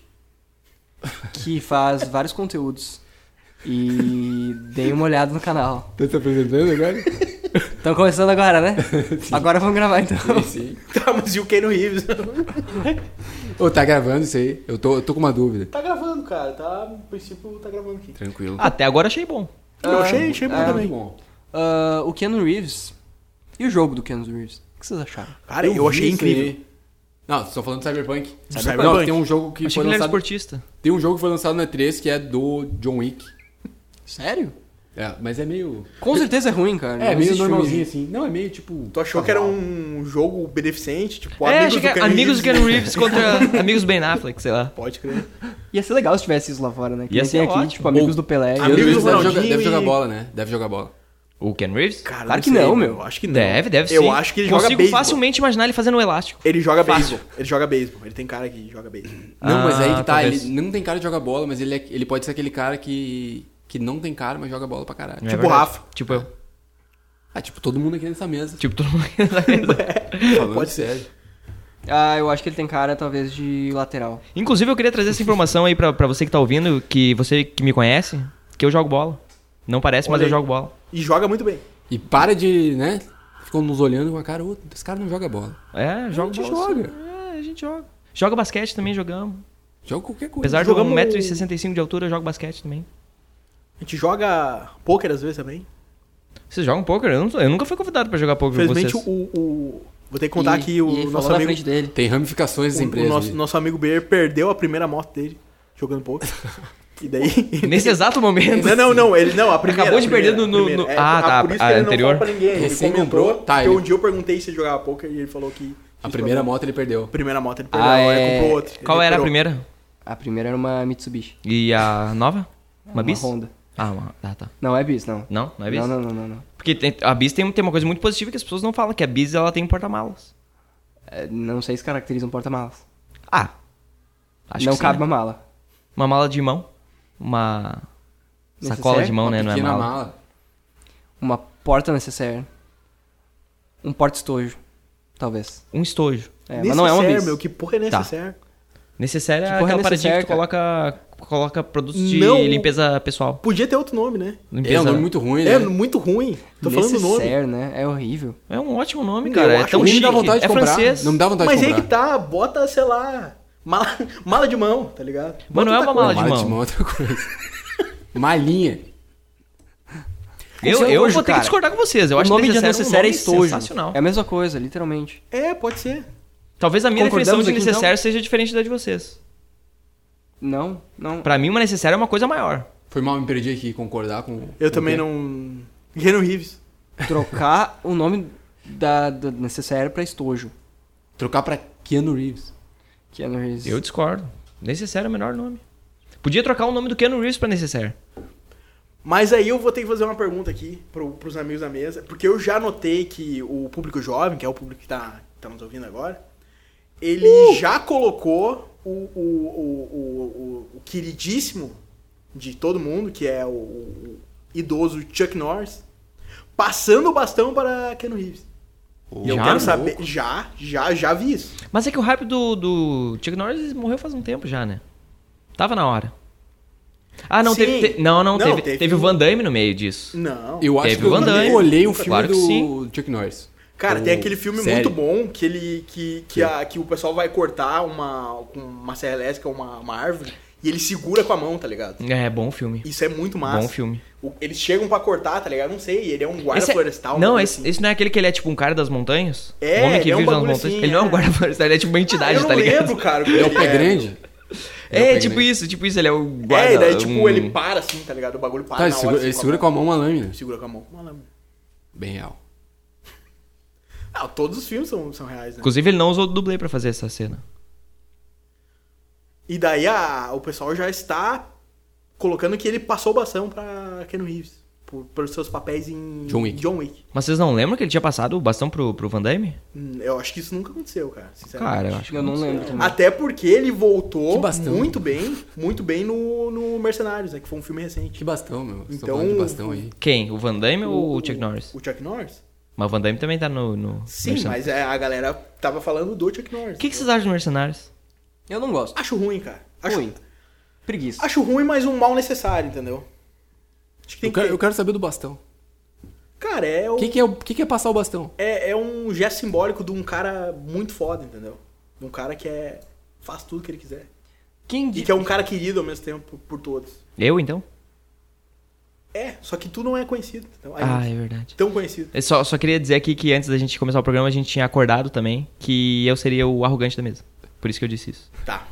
que faz vários conteúdos. E dei uma olhada no canal. Tá se apresentando agora? Estão começando agora, né? Agora vamos gravar então. Sim, sim. Tá, mas e o Keanu Reeves? Ô, tá gravando isso aí? Eu tô, eu tô com uma dúvida. Tá gravando, cara. Tá, no princípio, tá gravando aqui. Tranquilo. Até agora achei bom. Eu achei, achei bom é, também. Muito bom. Ah, o Keanu Reeves. E o jogo do Keanu Reeves? O que vocês acharam? Cara, eu, vi achei isso incrível. aí. Não, vocês estão falando de Cyberpunk. Cyberpunk. Não, tem um jogo que Achei foi que ele era lançado... esportista. Tem um jogo que foi lançado na E três que é do John Wick. Sério? É, mas é meio... Com certeza é ruim, cara. É, Não meio existe normalzinho filme. assim. Não, é meio tipo... Tu achou que era um jogo beneficente? Tipo, É, amigos achei que do era Keanu amigos do Reeves? Keanu Reeves contra amigos do Ben Affleck, sei lá. Pode crer. Ia ser legal se tivesse isso lá fora, né? Que Ia nem ser tem aqui, ótimo. tipo, amigos Ou- do Pelé. Keanu Amigos Reeves do deve, Ronaldinho jogar, deve e- jogar bola, né? Deve jogar bola. O Keanu Reeves? Cara, Claro não que sei, não, meu. Acho que não. Deve, deve Eu sim. acho que ele joga Consigo beisebol. facilmente imaginar ele fazendo um elástico. Ele joga Fácil. beisebol. Ele joga beisebol. Ele tem cara que joga beisebol. Não, mas aí Ah, que tá, talvez. ele não tem cara de jogar bola, mas ele, é- ele pode ser aquele cara que, que não tem cara, mas joga bola pra caralho. É Tipo o verdade. Rafa. Tipo eu. Ah, tipo, todo mundo aqui nessa mesa. Tipo todo mundo aqui na mesa. Falando pode ser. sério. Ah, eu acho que ele tem cara, talvez, de lateral. Inclusive, eu queria trazer essa informação aí pra, pra você que tá ouvindo, que você que me conhece, que eu jogo bola. Não parece, mas Olha eu aí. jogo bola. E joga muito bem. E para de, né? Ficam nos olhando com a cara, "Ô, esse cara não joga bola. É, jogo a gente bola. joga. É, a gente joga. Joga basquete também, jogamos. Joga qualquer coisa. Apesar de Jogamos- um metro e sessenta e cinco de altura, eu jogo basquete também. A gente joga pôquer às vezes também. Vocês jogam poker? Eu, não sou- eu nunca fui convidado pra jogar poker com Infelizmente, vocês. o, o- Vou ter que contar E- aqui o e ele nosso falou na amigo. frente dele. Tem ramificações essa O, o empresa. nosso, ali. nosso amigo Beer perdeu a primeira moto dele jogando poker. E daí. Nesse exato momento. Não, não, não. Ele, não, a primeira. Acabou de a primeira, perder no- a primeira. no- É, ah, tá, Por isso a que ele anterior. não fala pra ninguém. Ele Recém comentou. comprou? Tá, porque ele- um dia eu perguntei se ele jogava poker e ele falou que. A primeira moto ele perdeu. A primeira moto ele perdeu, Ah, agora é. ele comprou outra. Ele Qual era a recuperou. primeira? A primeira era uma Mitsubishi. E a nova? Uma bis? Honda. Ah, uma... ah, tá. Não, é bis, não. Não? Não é bis? Não, não, não, não. não. Porque tem- a bis tem, tem uma coisa muito positiva que as pessoas não falam, que a bis ela tem porta-malas. É, não sei se caracteriza um porta-malas. Ah. Acho Não que sim, cabe né? uma mala. Uma mala de mão. Uma sacola Necessaire? de mão, Uma né? Não é pequena mala. mala. Uma porta necessaire. Um porta-estojo. Talvez. Um estojo. É, mas não é uma Necessaire, bis. meu, que porra é necessário? Necessário é Que porra é aquela paradinha que tu necessaire, coloca, coloca produtos de Não. limpeza pessoal. Podia ter outro nome, né? Limpeza... É um nome muito ruim, né? É muito ruim. Tô falando do nome. Necessaire, né? É horrível. É um ótimo nome, Eu cara. É acho tão ruim, Nem me chique. dá vontade de é comprar. francês. Não me dá vontade Mas de aí comprar. que tá, bota, sei lá, mala, mala de mão, tá ligado? Mas não Bota é outra uma mala coisa. de Mala de mão. mão é outra coisa. Malinha. Eu, Seu eu nojo, vou ter cara. que discordar com vocês. Eu o acho nome que de necessário necessaire é um nome estojo. sensacional. É a mesma coisa, literalmente. É, pode ser. Talvez a minha definição Concordamos de aqui, então? necessário seja diferente da de vocês. Não, não. Pra mim, uma necessária é uma coisa maior. Foi mal me perdi aqui concordar com. Eu com também quem? não. Keanu Reeves. Trocar o nome da, da necessaire pra estojo. Trocar pra Keanu Reeves. Keanu Reeves. Eu discordo. Necessário é o menor nome. Podia trocar o nome do Keanu Reeves pra necessário. Mas aí eu vou ter que fazer uma pergunta aqui pro, pros amigos da mesa, porque eu já notei que o público jovem, que é o público que tá, tá nos ouvindo agora, ele Uh! já colocou o, o, o, o, o, o queridíssimo de todo mundo, que é o, o idoso Chuck Norris, passando o bastão para Keanu Reeves. E eu Já? quero saber... Já, já, já vi isso. Mas é que o hype do, do Chuck Norris morreu faz um tempo já, né? Tava na hora. Ah, não, Sim. teve, te- Não, não, Não, teve, teve teve o um- Van Damme no meio disso. Não. Eu acho Teve que eu o Van Damme. nunca olhei um filme Claro que do sim. Chuck Norris. Cara, O- tem aquele filme série. muito bom que ele que, que, a, que o pessoal vai cortar uma, com uma serra elétrica, uma, uma árvore, e ele segura com a mão, tá ligado? É, bom filme. Isso é muito massa. Bom filme. O- eles chegam pra cortar, tá ligado? Não sei, ele é um guarda Esse é- florestal. Não, uma esse, coisa assim. esse não é aquele que ele é tipo um cara das montanhas? É, Um homem que ele é um vive nas bagulho montanhas. assim, ele não é um é. guarda florestal, ele é tipo uma Ah, entidade, eu não tá ligado? lembro, cara. Ele é o pé grande? Ele É, o pé tipo grande. isso, tipo isso, ele é o guarda. É, e daí tipo um- ele para assim, tá ligado? O bagulho para Tá, na ele hora, segura, assim, ele segura com a mão uma lâmina. Segura com a mão. Uma lâmina. Bem real. Ah, todos os filmes são, são reais, né? Inclusive, ele não usou dublê pra fazer essa cena. E daí a, o pessoal já está colocando que ele passou o bastão pra Keanu Reeves. Por, pelos seus papéis em John Wick. John Wick. Mas vocês não lembram que ele tinha passado o bastão pro, pro Van Damme? Hum, Eu acho que isso nunca aconteceu, cara. Sinceramente. Cara, eu acho que Eu não lembro também. Até porque ele voltou Que bastão. muito bem, muito bem no, no Mercenários, né? Que foi um filme recente. Que bastão, meu. Vocês Então, estão falando de bastão aí. Quem? O Van Damme ou o Chuck Norris? O Chuck Norris? Mas o Van Damme também tá no... no Sim, Mercenários. mas é, a galera tava falando do Chuck Norris. O que, que vocês acham de Mercenários? Eu não gosto. Acho ruim, cara. Acho Ruim. Preguiça. Acho ruim, mas um mal necessário, entendeu? Acho que tem Eu quero, que eu quero saber do bastão. Cara, é, o, O que, que, é, o que, que é passar o bastão? é, é um gesto simbólico de um cara muito foda, entendeu? De um cara que é faz tudo que ele quiser. Quem E di... que é um cara querido ao mesmo tempo por, por todos. Eu, então? É, só que tu não é conhecido. Então, Ah, ainda. é verdade. Tão conhecido. Eu só, só queria dizer aqui que antes da gente começar o programa, a gente tinha acordado também que eu seria o arrogante da mesa. Por isso que eu disse isso. Tá.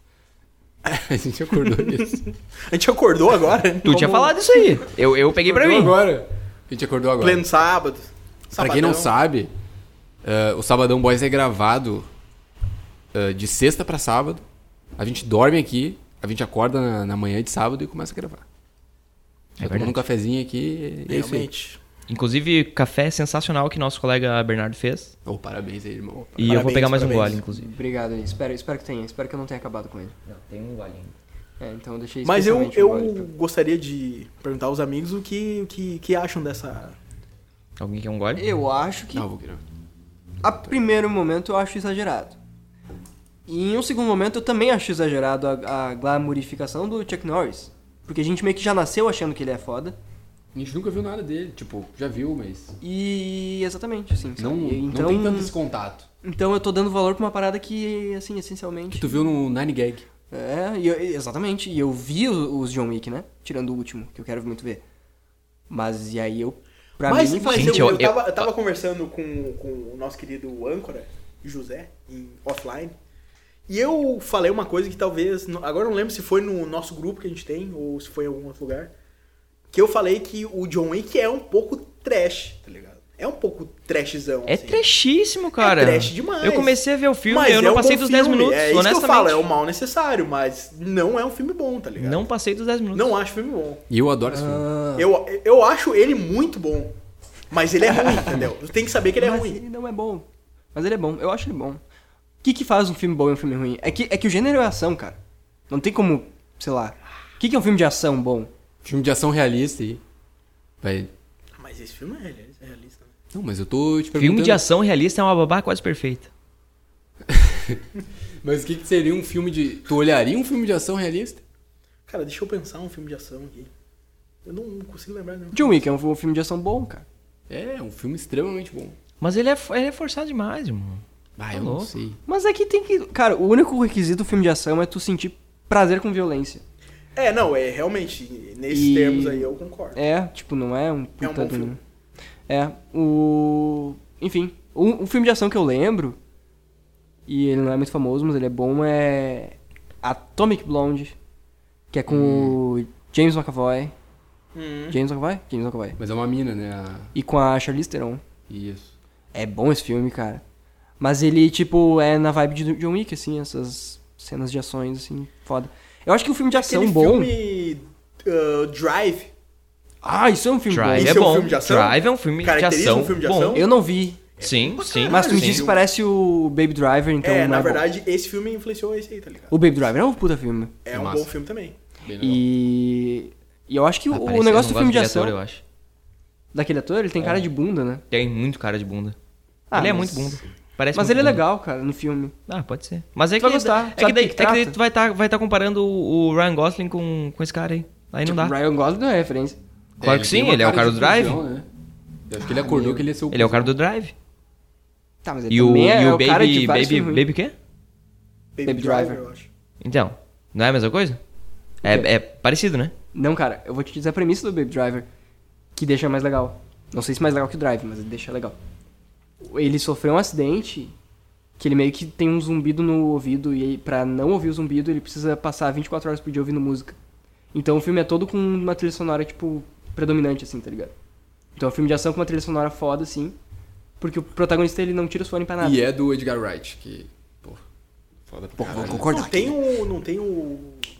A gente acordou nisso. A gente acordou agora. Tu tinha falado isso aí. Eu, eu peguei pra mim. Acordou agora. A gente acordou agora. Pleno sábado. Pra quem não sabadão. sabe, eh, o Sabadão Boys é gravado eh, de sexta pra sábado. A gente dorme aqui, a gente acorda na, na manhã de sábado e começa a gravar. É É tomando um verdade. cafezinho aqui e é isso aí. Realmente. Inclusive, café sensacional que nosso colega Bernardo fez. Oh, parabéns aí, irmão. E eu vou Parabéns, pegar mais um parabéns. gole, inclusive. Obrigado aí. Espero, espero que tenha. Espero que eu não tenha acabado com ele. Não, tem um gole ainda. É, então eu deixei Mas eu, especialmente um eu gole pra- gostaria de perguntar aos amigos o que, o que, que acham dessa... Alguém quer um gole? Eu acho que, Não, vou querer. a primeiro momento, eu acho exagerado. E em um segundo momento, eu também acho exagerado a, a glamourificação do Chuck Norris. Porque a gente meio que já nasceu achando que ele é foda. A gente nunca viu nada dele. Tipo, já viu, mas E exatamente, assim. não, sabe? Então, não tem tanto esse contato. então eu tô dando valor pra uma parada que, assim, essencialmente... Que tu viu no Nine Gag. É, e eu- exatamente. E eu vi o- os John Wick, né? Tirando o último, que eu quero muito ver. Mas e aí eu... Pra mas mim, mas Gente, eu, eu- eu, tava, eu tava conversando com, com o nosso querido âncora, José, em offline. E eu falei uma coisa que talvez... Agora eu não lembro se foi no nosso grupo que a gente tem, ou se foi em algum outro lugar. Que eu falei que o John Wick é um pouco trash, tá ligado? É um pouco trashzão, É assim. trashíssimo, cara. É trash demais. Eu comecei a ver o filme Mas e eu é não um passei bom dos dez filme. minutos, É isso que honestamente. eu falo, é o mal necessário, mas não é um filme bom, tá ligado? Não passei dos dez minutos. Não acho filme bom. E eu adoro esse filme. Ah, Eu, eu acho ele muito bom, mas ele é ruim, entendeu? Tu tem que saber que ele é mas ruim. ele não é bom. Mas ele é bom. Eu acho ele bom. O que que faz um filme bom e um filme ruim? É que, é que o gênero é ação, cara. Não tem como, sei lá... O que que é um filme de ação bom? Filme de ação realista aí. Vai. Mas esse filme é reali- é realista, né? Não, mas eu tô te perguntando. Filme de ação realista é uma babá quase perfeita. Mas o que, que seria um filme de. Tu olharia um filme de ação realista? Cara, deixa eu pensar um filme de ação aqui. Eu não consigo lembrar, não. John Wick é um, um filme de ação bom, cara. É, um filme extremamente bom. Mas ele é, ele é forçado demais, irmão. Ah, Tá eu não louco. sei. Mas é que tem que... Cara, o único requisito do filme de ação é tu sentir prazer com violência. É, não, é realmente, nesses E- termos aí eu concordo. É, tipo, não é um puta É um bom de filme. É, o... Enfim, um, um filme de ação que eu lembro, e ele não é muito famoso, mas ele é bom, é Atomic Blonde, que é com o James McAvoy. Hum. James McAvoy? James McAvoy. Mas é uma mina, né? A- E com a Charlize Theron. Isso. É bom esse filme, cara. Mas ele, tipo, é na vibe de John Wick, assim, essas cenas de ações, assim, foda. Eu acho que o filme de ação Aquele bom... filme uh, Drive, Ah, isso é um filme Drive bom. Esse é é um bom. filme de ação? Drive é um filme de Caracteriza ação. um filme de bom. ação? Eu não vi. Sim, sim. Mas tu me sim. disse que parece o Baby Driver, então é, não na é bom. verdade, esse filme influenciou esse aí, tá ligado? O Baby Driver é um puta filme. É um Massa. bom filme também. Bem legal. E... E eu acho que Ah, o, parece- o negócio eu do não filme de gosto ação... ator, eu acho. Daquele ator, ele tem É. cara de bunda, né? Tem muito cara de bunda. Ah, ele é mas- muito bunda. Parece Mas muito ele é bunda. legal, cara, no filme. Ah, pode ser. Mas é Tu que, vai gostar. é Sabe que daí, do que é que daí trata? tu vai estar vai tá comparando o o Ryan Gosling com, com esse cara aí. Aí não Tipo, dá. Ryan Gosling não é referência. Claro que sim, ele é o cara do Drive. Né? Eu acho que ele acordou que ele ia ser o. Ele é o cara do Drive. Tá, mas ele E o, também é, e o o cara de Baby. vários Baby, filmes Baby o quê? Baby, Baby Driver, Driver. eu acho. Então, não é a mesma coisa? É, quê? é parecido, né? Não, cara, eu vou te dizer a premissa do Baby Driver, que deixa mais legal. Não sei se mais legal que o Drive, mas ele deixa legal. Ele sofreu um acidente que ele meio que tem um zumbido no ouvido e aí, pra não ouvir o zumbido ele precisa passar vinte e quatro horas por dia ouvindo música. Então o filme é todo com uma trilha sonora, tipo, predominante, assim, tá ligado? Então é um filme de ação com uma trilha sonora foda, assim, porque o protagonista ele não tira os fones pra nada. E é do Edgar Wright, que. Pô, foda pra caralho. Não tem o... Não tem o...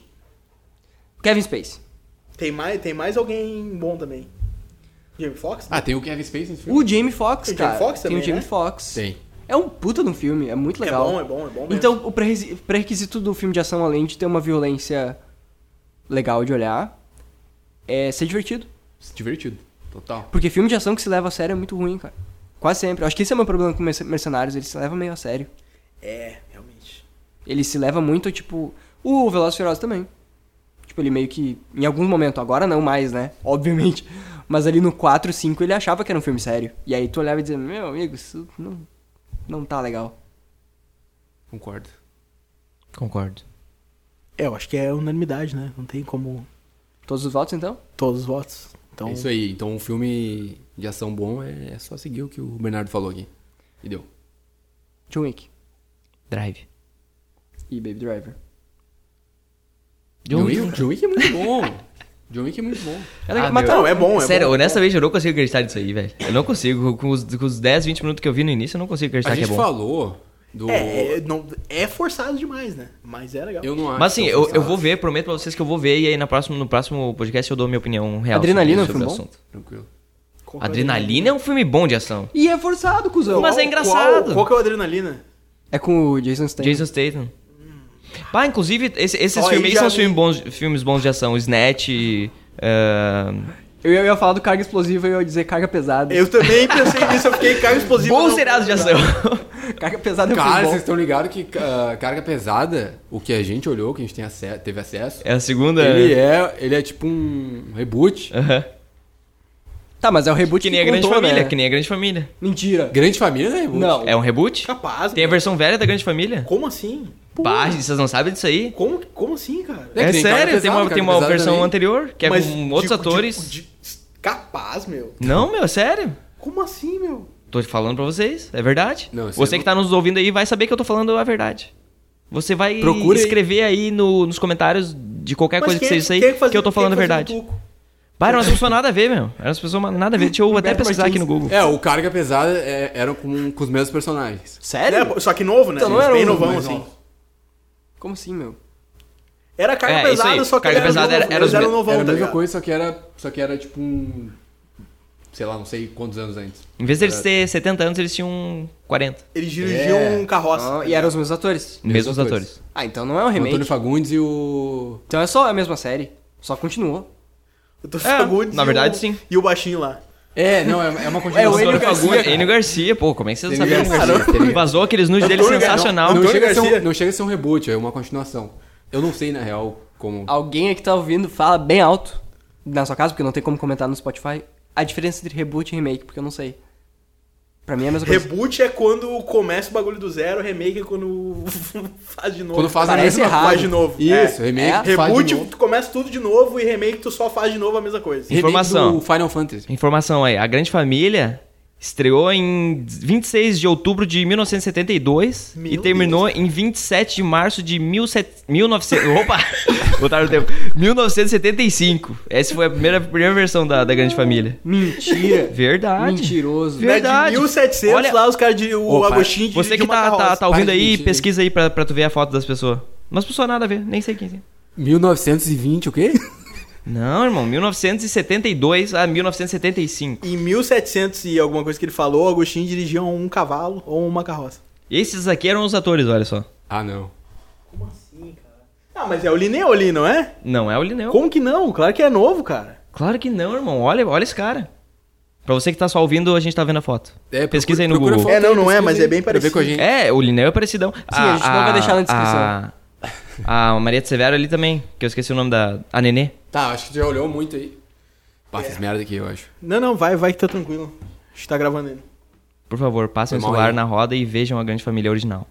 Kevin Spacey. Tem mais, tem mais alguém bom também. Jamie Foxx? Ah, tem o Kevin Spacey nesse filme? O Jamie Foxx, Tem o cara. Jamie Foxx tem também, o Jamie né? Foxx. Tem. É um puta de um filme, é muito É legal. bom, é bom, é bom mesmo. Então, o pré-requisi- pré-requisito do filme de ação, além de ter uma violência legal de olhar, é ser divertido. Divertido. Total. Porque filme de ação que se leva a sério é muito ruim, cara. Quase sempre. Eu acho que esse é o meu problema com merce- Mercenários, ele se leva meio a sério. É, realmente. Ele se leva muito, tipo... O Velozes e Furiosos também. Tipo, ele meio que... Em algum momento, agora não mais, né? Obviamente. Mas ali no quatro, cinco, ele achava que era um filme sério. E aí tu olhava e dizia, meu amigo, isso não, não tá legal. Concordo. Concordo. É, eu acho que é unanimidade, né? Não tem como... Todos os votos, então? Todos os votos. Então, É isso aí. Então, um filme de ação bom é só seguir o que o Bernardo falou aqui. E deu. John Wick Drive. e Baby Driver. John Wick, John Wick é muito bom. John Wick é muito bom. Ah, mas meu, não, é bom, é Sério, bom. honestamente, eu não consigo acreditar nisso aí, velho. Eu não consigo. Com os, com os dez, vinte minutos que eu vi no início, eu não consigo acreditar A que é gente bom. falou do... É, é, não, é forçado demais, né? Mas é legal. Eu não acho. Mas assim, que eu, forçado. eu vou ver, prometo pra vocês que eu vou ver e aí na próxima, no próximo podcast eu dou minha opinião real. Adrenalina sobre, é um sobre filme o assunto. Tranquilo. Qual que é o Adrenalina é um filme bom de ação. E é forçado, cuzão. Mas é engraçado. Qual, qual que é o Adrenalina? É com o Jason Statham. Jason Statham. Pá, inclusive, esse- esses Ó, aí filmes aí já são vi. filmes bons, filmes bons de ação. Snatch, eh, Eu ia, eu ia falar do carga explosiva e eu ia dizer carga pesada. Eu também pensei nisso, eu fiquei carga explosiva. bons não- seriados de ação. Carga pesada é um Cara, filme vocês bom. estão ligados que uh, carga pesada, o que a gente olhou, que a gente tem ace- teve acesso, É a segunda... ele, é, ele é tipo um reboot. Aham. Tá, mas é o reboot Que nem a Grande contou, Família, né? que nem a Grande Família. Mentira. Grande Família não é reboot. Não. É um reboot? Capaz. Tem a meu. versão velha da Grande Família? Como assim? Pô, Pá, vocês não sabem disso aí? como, como assim, cara? É É, que nem Carga sério, tem Pesada, uma, Carga tem uma Pesada versão também. anterior, que é Mas com outros de- atores. de- de- capaz, meu. Não, meu, sério. Como assim, meu? Tô falando pra vocês, é verdade. Não, isso Você eu que tá nos ouvindo aí vai saber que eu tô falando a verdade. Você vai Procure aí. escrever aí no- nos comentários de qualquer Mas coisa que quem é- seja isso aí, quem é fazia- que eu tô falando a quem é que verdade. fazia o Tuco? Bah, eram umas pessoas nada a ver, meu. Eram umas pessoas nada a ver. Deixa eu até Humberto pesquisar aqui no Martins. Google. É, o Carga Pesada é, era com, com os mesmos personagens. Sério? É, só que novo, né? Então não era Bem um- novão, mais assim. novo. Como assim, meu? Era carga É, isso pesada, aí. só que Carga era pesada novo, era- era eles os eram me- novão, Era a tá mesma ligado? coisa, só que era, só que era tipo um... Sei lá, não sei quantos anos antes. Em vez deles Era- ter setenta anos, eles tinham quarenta. Eles dirigiam É. um carroça. Ah, e eram os mesmos atores. Mesmos atores. atores. Ah, então não é um O remake. Antônio Fagundes e o... Então é só a mesma série. Só continuou. Eu tô É, Fagundes na e verdade, o- sim. E o baixinho lá. É, não, é, é uma É, continuação. o Enio do Garcia, Fagundes. Enio Garcia, pô, como é que vocês não Enio sabiam? Garcia, Garcia? tá ligado? Vazou aqueles nudes dele Antônio Gar- sensacional. Não, Antônio chega a ser Garcia. um, não chega a ser um reboot, é uma continuação. Eu não sei, na real, como... Alguém aqui tá ouvindo, fala bem alto na sua casa, porque não tem como comentar no Spotify, a diferença entre reboot e remake, porque eu não sei. Pra mim é a mesma coisa. Reboot é quando começa o bagulho do zero, remake é quando faz de novo. Quando faz a Parece mesma errado. Faz de novo. Isso, É. remake, É. tu faz de Reboot, novo. tu começa tudo de novo e remake tu só faz de novo a mesma coisa. Remake Informação. do Final Fantasy. Informação aí, A Grande Família estreou em vinte e seis de outubro de mil novecentos e setenta e dois Meu e terminou Deus, em vinte e sete de março de mil e novecentos... Opa! Botaram o tempo. mil novecentos e setenta e cinco. Essa foi a primeira, primeira versão da, da Grande Família. Mentira. Verdade. Mentiroso. Né, Verdade. De mil e setecentos Olha- lá os caras de o Opa, Agostinho de, Você de que uma tá, tá, carroça. tá ouvindo Para de aí, mentir. pesquisa aí pra, pra tu ver a foto das pessoas. Umas pessoas nada a ver, nem sei quem é. mil novecentos e vinte, o quê? Não, irmão, mil novecentos e setenta e dois a mil novecentos e setenta e cinco. Em mil e setecentos e alguma coisa que ele falou, o Agostinho dirigia um cavalo ou uma carroça. Esses aqui eram os atores, olha só. Ah, não. Como assim, cara? Ah, mas é o Lineu ali, não é? Não é o Lineu. Como que não? Claro que é novo, cara. Claro que não, irmão. Olha, olha esse cara. Pra você que tá só ouvindo, a gente tá vendo a foto. É, Pesquisa aí no procura- Google. procura É, não, foto não aí, é, mas pesquisa é bem aí, pra ver com a parecido. gente. É, o Lineu é parecidão. Sim, a gente não vai deixar na descrição. A, a Maria de Severo ali também, que eu esqueci o nome da... A Nenê. Tá, acho que tu já olhou muito aí. Pá, fiz merda aqui, eu acho. Não, não, vai, vai que tá tranquilo. A gente tá gravando ele. Por favor, passem o Foi mal celular aí. na roda e vejam a Grande Família original.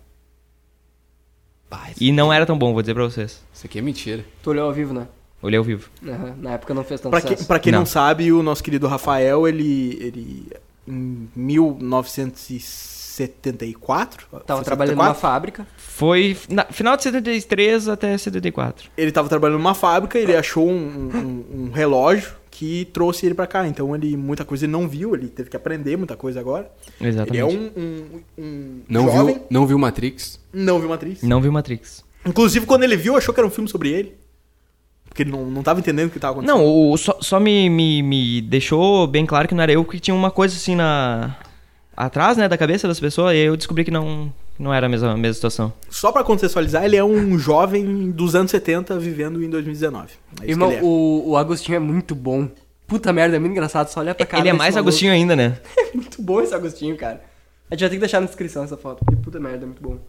Pá, isso, E não era tão bom, vou dizer pra vocês. isso aqui é mentira. Tu olhou ao vivo, né? Olhei ao vivo. Aham, na época não fez tanto Pra, que, sucesso. pra quem não. Não. sabe, o nosso querido Rafael, ele, ele em mil novecentos e setenta e quatro... Tava Foi trabalhando setenta e numa quatro? fábrica. Foi na, final de setenta e três até setenta e quatro. Ele tava trabalhando numa fábrica, ele achou um, um- um relógio que trouxe ele pra cá. Então, ele muita coisa ele não viu, ele teve que aprender muita coisa agora. Exatamente. Ele é um, um, um Não jovem, viu, não viu Matrix? não viu Matrix. Não viu Matrix. Inclusive, quando ele viu, achou que era um filme sobre ele. Porque ele não, não tava entendendo o que tava acontecendo. Não, o, só, só me, me, me deixou bem claro que não era eu, porque tinha uma coisa assim na... atrás, né, da cabeça das pessoas, e aí eu descobri que não, não era a mesma, a mesma situação. Só pra contextualizar, ele é um jovem dos anos setenta vivendo em dois mil e dezenove. É isso Irmão, que ele é. o, o Agostinho é muito bom. Puta merda, é muito engraçado. Só olha pra cara Ele é desse mais maluco. Agostinho ainda, né? É muito bom esse Agostinho, cara. A gente vai ter que deixar na descrição essa foto, porque puta merda, é muito bom.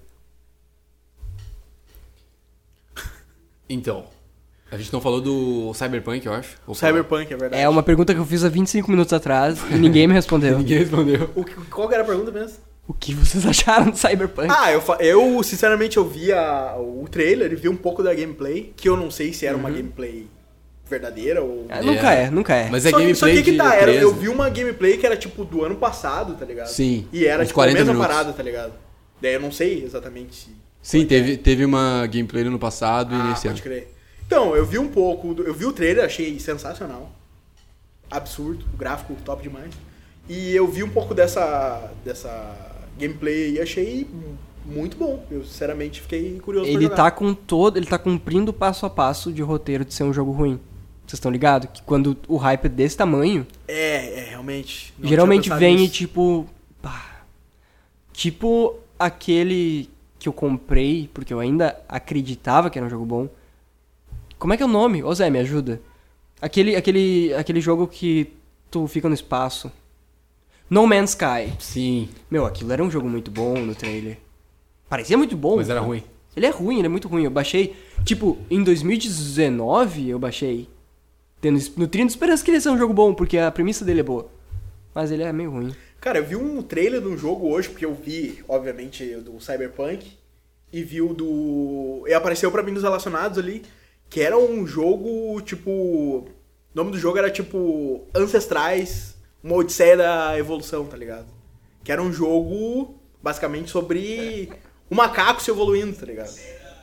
Então, a gente não falou do Cyberpunk, eu acho. Ou Cyberpunk, é verdade. É uma pergunta que eu fiz há vinte e cinco minutos atrás e ninguém me respondeu. Ninguém respondeu. O que- qual que era a pergunta mesmo? O que vocês acharam do Cyberpunk? Ah, eu, fa- eu sinceramente eu vi a- o trailer e vi um pouco da gameplay, que eu não sei se era uma gameplay verdadeira ou... Ah, nunca é, nunca é. Mas é só, que, gameplay só que que de tá, era, eu E treze. vi uma gameplay que era tipo do ano passado, tá ligado? Sim, E era uns tipo a quarenta mesma minutos. parada, tá ligado? Daí eu não sei exatamente se... Sim, teve, teve uma gameplay no ano passado e Ah, nesse ano. pode crer. Então, eu vi um pouco, do- eu vi o trailer, achei sensacional. Absurdo, o gráfico top demais. E eu vi um pouco dessa, dessa gameplay aí e achei muito bom. Eu, sinceramente, fiquei curioso pra Ele jogar. tá com todo, ele tá cumprindo o passo a passo de roteiro de ser um jogo ruim. Vocês estão ligados? Que quando o hype é desse tamanho, É, é, realmente. não geralmente tinha pensado vem e nisso. tipo... pá. Tipo aquele que eu comprei, porque eu ainda acreditava que era um jogo bom. Como é que é o nome? Ô Zé, me ajuda. Aquele, aquele, aquele jogo que tu fica no espaço. No Man's Sky. Sim, Meu, aquilo era um jogo muito bom no trailer. Parecia muito bom. mas era ruim. Ele é ruim, ele é muito ruim. Eu baixei, tipo, em dois mil e dezenove eu baixei. Tendo, nutrindo esperança que ele ia ser um jogo bom, porque a premissa dele é boa. Mas ele é meio ruim. Cara, eu vi um trailer de um jogo hoje, porque eu vi, obviamente, o do Cyberpunk. E vi o do... E apareceu pra mim nos relacionados ali, que era um jogo, tipo... O nome do jogo era, tipo, Ancestrais, uma odisseia da evolução, tá ligado? Que era um jogo, basicamente, sobre o macaco se evoluindo, tá ligado?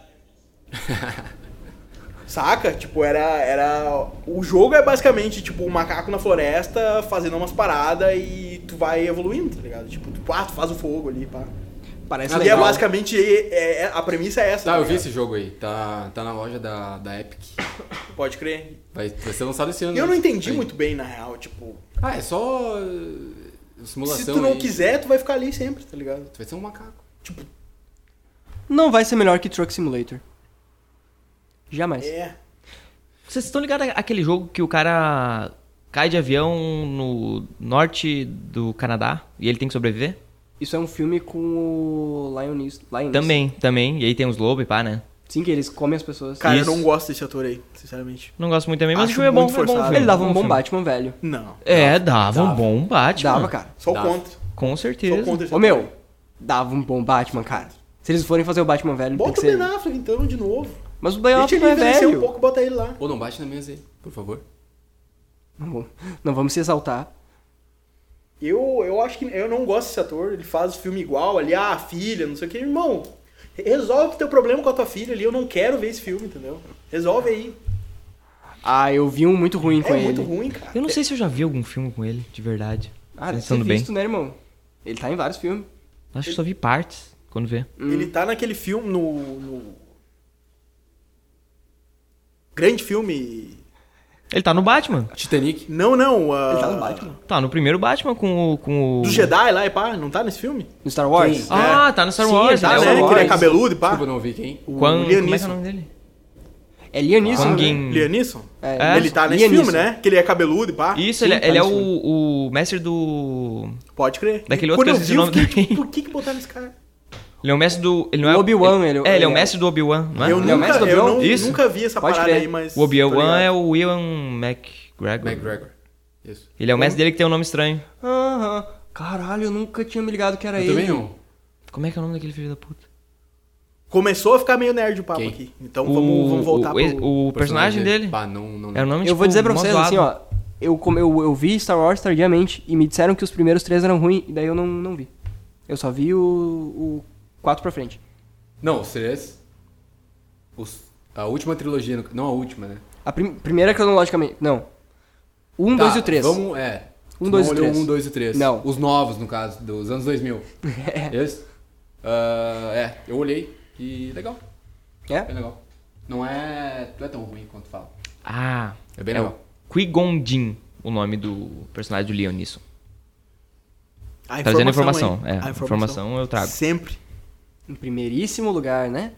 Saca? Tipo, era, era... O jogo é basicamente, tipo, um macaco na floresta fazendo umas paradas e tu vai evoluindo, tá ligado? Tipo, tu, ah, tu faz o fogo ali, pá. Parece E é legal. basicamente, é, é- a premissa é essa. Tá, eu vi ligado? esse jogo aí. Tá, tá na loja da, da Epic. Pode crer. Vai, vai ser lançado esse ano. E eu não né? entendi Aí. muito bem, na real, tipo... Ah, é só uh, simulação. Se tu não aí. quiser, tu vai ficar ali sempre, tá ligado? Tu vai ser um macaco. Tipo, Não vai ser melhor que Truck Simulator. Jamais. é... Vocês estão ligados àquele jogo que o cara cai de avião no norte do Canadá e ele tem que sobreviver? Isso é um filme com o Lioness. Lioness. Também, também. E aí tem os lobos e pá, né? Sim, que eles comem as pessoas. Cara, Isso. eu não gosto desse ator aí, sinceramente. Não gosto muito também, mas Acho o filme é bom, muito é bom. forçado. filme, Ele dava um bom filme. Batman velho. Não. É, dava, um Dava. bom Batman. Dava, cara. Só o Dava. contra. Com Só certeza. o contra esse Ô, ator meu, aí. dava um bom Batman, cara. Se eles forem fazer o Batman velho, tem Bota que o ser... Ben Affleck, então, de novo. Mas o Ben Deixa Affleck ele não é envelhecer velho. um pouco e bota ele lá. Ou não bate na mesa aí, por favor. Não, vamos- não vamos se exaltar. Eu, eu acho que eu não gosto desse ator, ele faz filme igual ali, ah, a filha, não sei o que. Irmão, resolve o teu problema com a tua filha ali, eu não quero ver esse filme, entendeu? Resolve aí. Ah, eu vi um muito ruim com É ele. muito ruim, cara. Eu não sei se eu já vi algum filme com ele, de verdade. Ah, deve ter Pensando bem. visto, né, irmão? Ele tá em vários filmes. Acho que só vi partes quando vê. Ele tá naquele filme, no, no... Grande filme... Ele tá no Batman. Titanic. Não, não, uh... Ele tá no Batman. Tá no primeiro Batman com o. Com o... Do Jedi lá e pá, não tá nesse filme? No Star Wars? Quem? Ah, tá no Star Sim, Wars. Tá, ele é né? o- Que ele é Wars. cabeludo e pá. Desculpa, não vi quem. O Quan- Liam Como é que é o Neeson. nome dele? É Liam Neeson, Quang né? In. Liam Neeson? É, Ele tá nesse Liam filme, Neeson. né? Que ele é cabeludo e pá. Isso, Sim, ele, é- tá ele é nesse o, o mestre do. Pode crer. Daquele E outro quando que eu eu esqueci vi, o eu nome fiquei, tipo, dele. por que que botaram esse cara? Ele é o mestre do. Ele não é O Obi-Wan, ele- ele, é, ele é o ele é- mestre do Obi-Wan, não é? Eu, Ele é o nunca, mestre do eu Obi-Wan? não- Isso. nunca vi essa Pode parada crer. aí, mas... O tô Obi-Wan ligado. é o Ewan McGregor. McGregor. Isso. Ele é o mestre dele que tem um nome estranho. Aham. Caralho, eu nunca tinha me ligado que era Eu ele. também não. Como é que é o nome daquele filho da puta? Começou a ficar meio nerd o papo Quem? aqui. Então O- vamos, vamos voltar o, pro... o personagem dele. Bah, não, não. É o nome Eu tipo, vou dizer pra mó vocês, zoado. assim, ó. Eu, como eu, eu vi Star Wars tardiamente e me disseram que os primeiros três eram ruins, e daí eu não, não vi. Eu só vi o, o quatro pra frente. Não, os três. Os, a última trilogia, no- não a última, né? A prim- primeira cronologicamente. Não. Um, Tá, dois e o três. Vamos, é. Um, Tu dois não e olhou três. um, dois e três. Não. Os novos, no caso, dos anos dois mil. Isso? Ah, é, eu olhei e legal. É? É legal. Não é, não é tão ruim quanto fala. Ah, É bem é legal. o Qui-Gon Jinn, o nome do personagem do Liam Neeson. A Trazendo informação. informação, hein? É, A informação eu trago. Sempre. Em primeiríssimo lugar, né?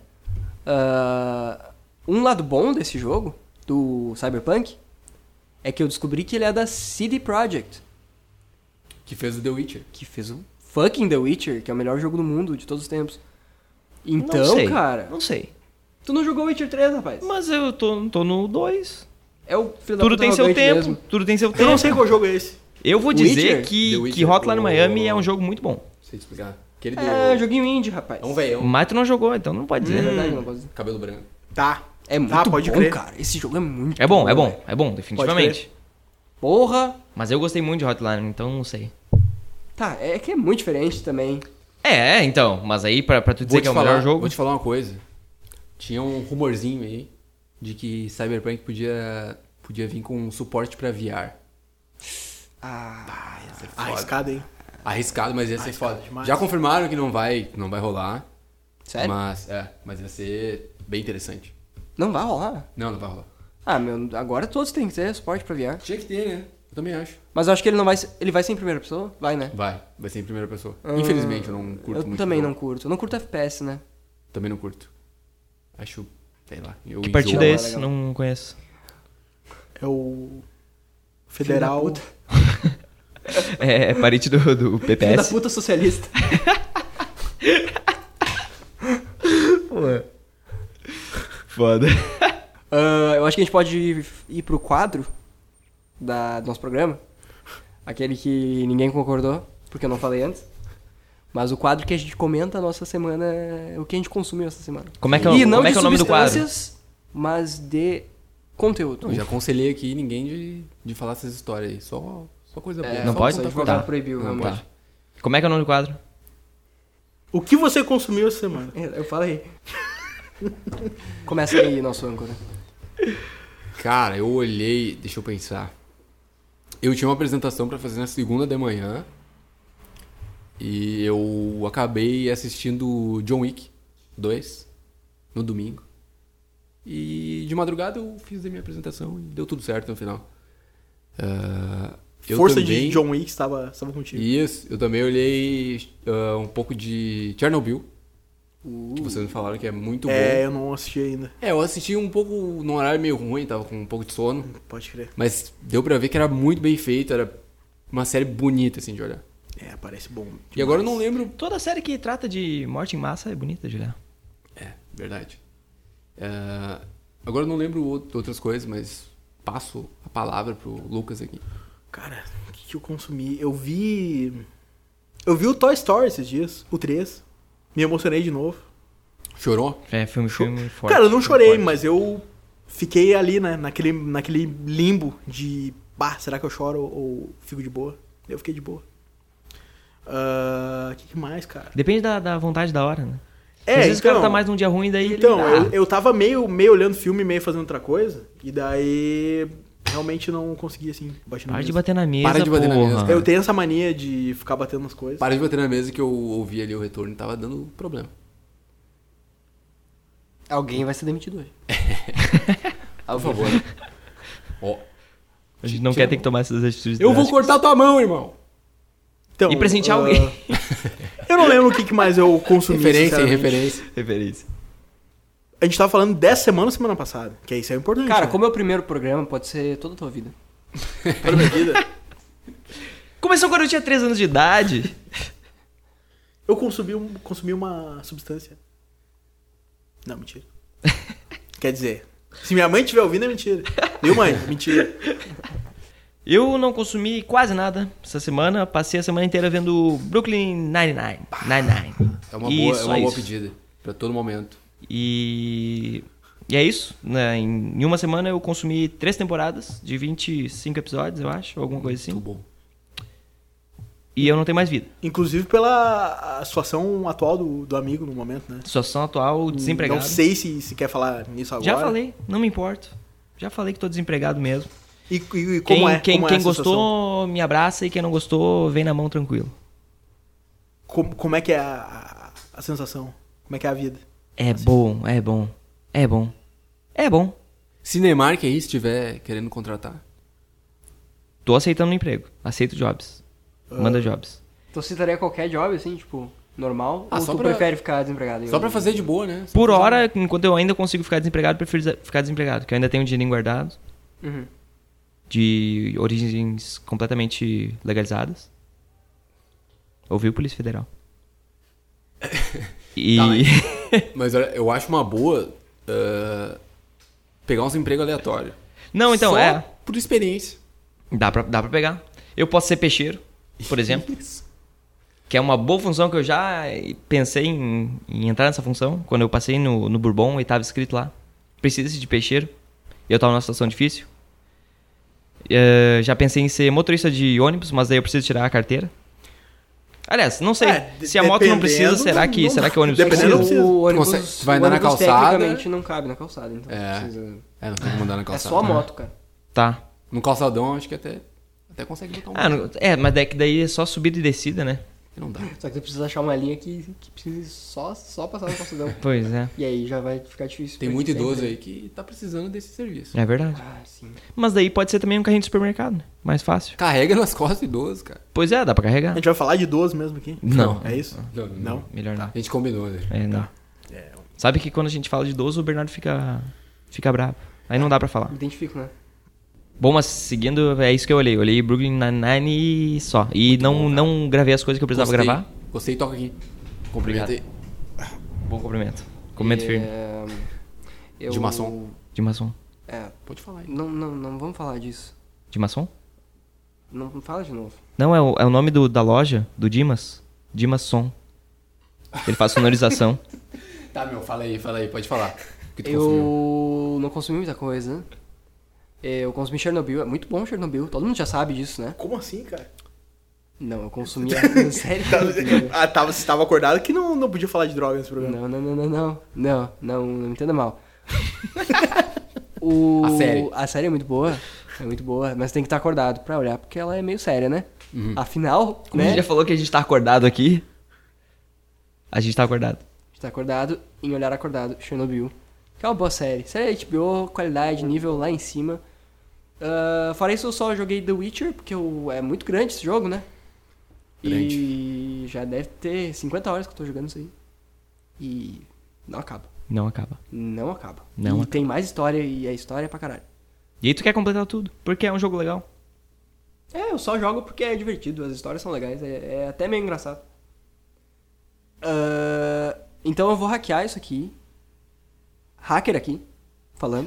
Ah, um lado bom desse jogo, do Cyberpunk, é que eu descobri que ele é da C D Projekt, Que fez o The Witcher. que fez o fucking The Witcher, que é o melhor jogo do mundo de todos os tempos. não Então, sei, cara, Não sei. tu não jogou Witcher três, rapaz? Mas eu tô, tô no dois. É o filho da Tudo puta tem seu arrogante tempo. mesmo. Tudo tem seu Eu tempo. não sei qual jogo é esse. Eu vou Witcher? dizer The que, Witcher, que Hotline o- Miami é um jogo muito bom. Não sei te explicar. Aquele do... É, joguinho indie, rapaz. É um velhão. Mas tu não jogou, então não pode É dizer. verdade, não posso dizer. Cabelo branco. Tá. É muito Ah, pode bom, crer. cara. Esse jogo é muito É bom, é velho. bom, é bom, definitivamente. Porra! Mas eu gostei muito de Hotline, então não sei. Tá, é que é muito diferente também. É, é, então. Mas aí, pra, pra tu dizer Vou que te é o falar, melhor jogo... Vou te falar uma coisa. Tinha um rumorzinho aí de que Cyberpunk podia, podia vir com um suporte pra V R. Ah, Ia ser foda. Arriscado, hein? Arriscado, mas ia ser Arriscado foda. demais. Já confirmaram que não vai, não vai rolar. sério? Mas, é, mas ia ser bem interessante. Não vai rolar? Não, não vai rolar. Ah, meu, agora todos têm que ter suporte pra V R. Tinha que ter, né? Eu também acho. Mas eu acho que ele não vai ser, ele vai ser em primeira pessoa? Vai, né? Vai, vai ser em primeira pessoa. Ah, Infelizmente, eu não curto Eu muito. também jogo. não curto. Eu não curto F P S, né? Também não curto. Acho, sei lá. Eu Que enjoo. partida é Legal, esse? legal. Não conheço. É o Federal. Filho da puta. É, é parente do, do Filho da P P S. puta socialista. Foda. Ah, eu acho que a gente pode ir pro quadro da, do nosso programa. Aquele que ninguém concordou, porque eu não falei antes. Mas o quadro que a gente comenta a nossa semana é o que a gente consumiu essa semana. Como é que é, o- E não como é, de que é o nome do quadro? substâncias, mas de conteúdo. Eu já aconselhei aqui ninguém de, de falar essas histórias aí. Só, só coisa boa. É, Não Só pode? conta O coisa Tá. advogado proibiu, Não, realmente. pode. Como é que é o nome do quadro? O que você consumiu essa semana? É, Eu falei. Começa aí, nosso âncora. Cara, eu olhei, deixa eu pensar. Eu tinha uma apresentação pra fazer na segunda de manhã e eu acabei assistindo John Wick dois no domingo. E de madrugada eu fiz a minha apresentação e deu tudo certo no final. Ah, eu Força também- de John Wick estava, estava contigo. Isso, eu também olhei ah, um pouco de Chernobyl, Uh, que vocês me falaram que é muito É, bom. eu não assisti ainda. É, eu assisti um pouco num horário meio ruim, tava com um pouco de sono. Pode crer. Mas deu pra ver que era muito bem feito, era uma série bonita, assim, de olhar. É, parece bom. E agora eu não lembro... Toda série que trata de morte em massa é bonita de olhar. É, verdade. É, agora eu não lembro out- outras coisas, mas passo a palavra pro Lucas aqui. Cara, o que, que eu consumi? Eu vi... Eu vi o Toy Story esses dias, o três. Me emocionei de novo. Chorou? É, filme, filme forte. Cara, eu não filme chorei, forte. mas eu fiquei ali, né, naquele, naquele limbo de... Bah, será que eu choro ou fico de boa? Eu fiquei de boa. O que, que mais, cara? Depende da, da vontade da hora, né? É, Às vezes o então, cara tá mais num dia ruim, daí Então, ele... eu, eu tava meio, meio olhando filme, meio fazendo outra coisa. E daí, realmente não consegui, assim, bater na Para de mesa. bater na mesa, Para de bater na porra. mesa, cara. Eu tenho essa mania de ficar batendo nas coisas. Para de bater na mesa que eu ouvi ali o retorno e tava dando problema. Alguém vai ser demitido hoje. Por favor. Ó, A gente não Tira quer ter que tomar essas atitudes eu vou drásticas. cortar tua mão, irmão. Então, E presentear ah, alguém. Eu não lembro o que, que mais eu consumi. Referência, hein, sinceramente. referência. Referência. A gente tava falando dessa semana ou semana passada. Que isso é importante. Cara, né? como é o primeiro programa, pode ser toda a tua vida. Toda a minha vida. Começou quando eu tinha três anos de idade. Eu consumi, um- consumi uma substância. Não, mentira. Quer dizer, se minha mãe estiver ouvindo, é mentira. Viu, mãe? Mentira. Eu não consumi quase nada essa semana. Passei a semana inteira vendo Brooklyn Nine-Nine. Nine-Nine. É uma E boa, é só uma boa isso. pedida. Pra todo momento. E... E é isso. Né? Em, em uma semana eu consumi três temporadas de vinte e cinco episódios, eu acho. Alguma coisa assim. Muito bom. E eu não tenho mais vida. Inclusive pela a situação atual do, do amigo no momento, né? Situação atual, desempregado. Não sei se, se quer falar nisso agora. Já falei, não me importo. Já falei que tô desempregado mesmo. E, e- e como Quem, é? quem, como é quem essa gostou, situação? me abraça, e quem não gostou, vem na mão tranquilo. Como, como é que é a, a, a sensação? Como é que é a vida? É bom, é bom, é bom, é bom. Cinemark aí, se estiver querendo contratar. Tô aceitando um emprego, aceito jobs. Manda Ah. jobs. Tu citaria qualquer job, assim, tipo, normal? Ah, ou só tu pra- prefere ficar desempregado? em Só algum- pra fazer de boa, né? Só Por pra fazer- hora, enquanto eu ainda consigo ficar desempregado, prefiro des- ficar desempregado, porque eu ainda tenho um dinheirinho guardado, Uhum. de origens completamente legalizadas. Ouviu, Polícia Federal? E... Tá, Mas olha, eu acho uma boa ah, pegar uns empregos aleatórios. Não, então, Só é... por experiência. Dá pra, dá pra pegar. Eu posso ser peixeiro, por exemplo. Que é uma boa função que eu já pensei em, em entrar nessa função. Quando eu passei no, no Bourbon e tava escrito lá. precisa de peixeiro. E eu tava numa situação difícil. É, já pensei em ser motorista de ônibus, mas daí eu preciso tirar a carteira. Aliás, não sei. É, se a moto não precisa, dependendo, será que, não- será que o ônibus dependendo, precisa? não O ônibus, Consegue- tu vai o andar na ônibus calçada. tecnicamente não cabe na calçada, então É. precisa... É, não tem como andar na É calçada. só a moto, cara. Tá. No calçadão, acho que até, até consegue botar um. Ah, não- é, mas daí, daí é só subida e descida, né? Não dá. Só que você precisa achar uma linha que, que precise só, só passar no calçadão. Pois é. E aí já vai ficar difícil. Tem pra muito gente idoso sempre. aí que tá precisando desse serviço. É verdade. Ah, sim. Mas daí pode ser também um carrinho de supermercado, né? Mais fácil. Carrega nas costas do idoso, cara. Pois é, dá pra A carregar. gente vai falar de idoso mesmo aqui? Não. É isso? Não, Não? Melhor não. A gente combinou, né? É, não. É, Sabe que quando a gente fala de idoso, o Bernardo fica, fica bravo. Aí não dá pra falar. Me identifico, né? Bom, mas seguindo, é isso que eu olhei. Eu olhei Brooklyn Nine-Nine e só. E não, não gravei as coisas que eu precisava Gostei. gravar. Gostei, toca aqui. Cumprimenta aí. Bom cumprimento. Cumprimento firme. É, eu- De maçom. De maçom. É, Pode falar aí. não, não, não vamos falar disso. De maçom? Não fala de novo. Não, é o, é o nome do, da loja, do Dimas. Dimas Som. Ele faz sonorização. Tá, meu, fala aí, fala aí, pode falar. O que tu consumiu? Eu não consumi muita coisa. Eu consumi Chernobyl. É muito bom Chernobyl. Todo mundo já sabe disso, né? Como assim, cara? Não, eu consumi a série. inteira. Ah, tava, você tava acordado que não, não podia falar de droga nesse programa. Não, não, não, não, não. Não, não, não me entenda mal. O... A série. A série é muito boa. É muito boa, mas tem que estar acordado pra olhar, porque ela é meio séria, né? Uhum. Afinal, Como a né? gente já falou que a gente tá acordado aqui. A gente tá acordado. A gente tá acordado em olhar acordado, Chernobyl. Que é uma boa série. Série H B O, qualidade, nível lá em cima. Ah, fora isso, eu só joguei The Witcher, porque eu- é muito grande esse jogo, né? E já deve ter cinquenta horas que eu tô jogando isso aí. E não acaba. Não acaba. Não acaba. Não e acaba. tem mais história, e a história é pra caralho. E aí tu quer completar tudo. Porque é um jogo legal. É, eu só jogo porque é divertido, as histórias são legais, é, é até meio engraçado. Ah, então eu vou hackear isso aqui. Hacker aqui, falando.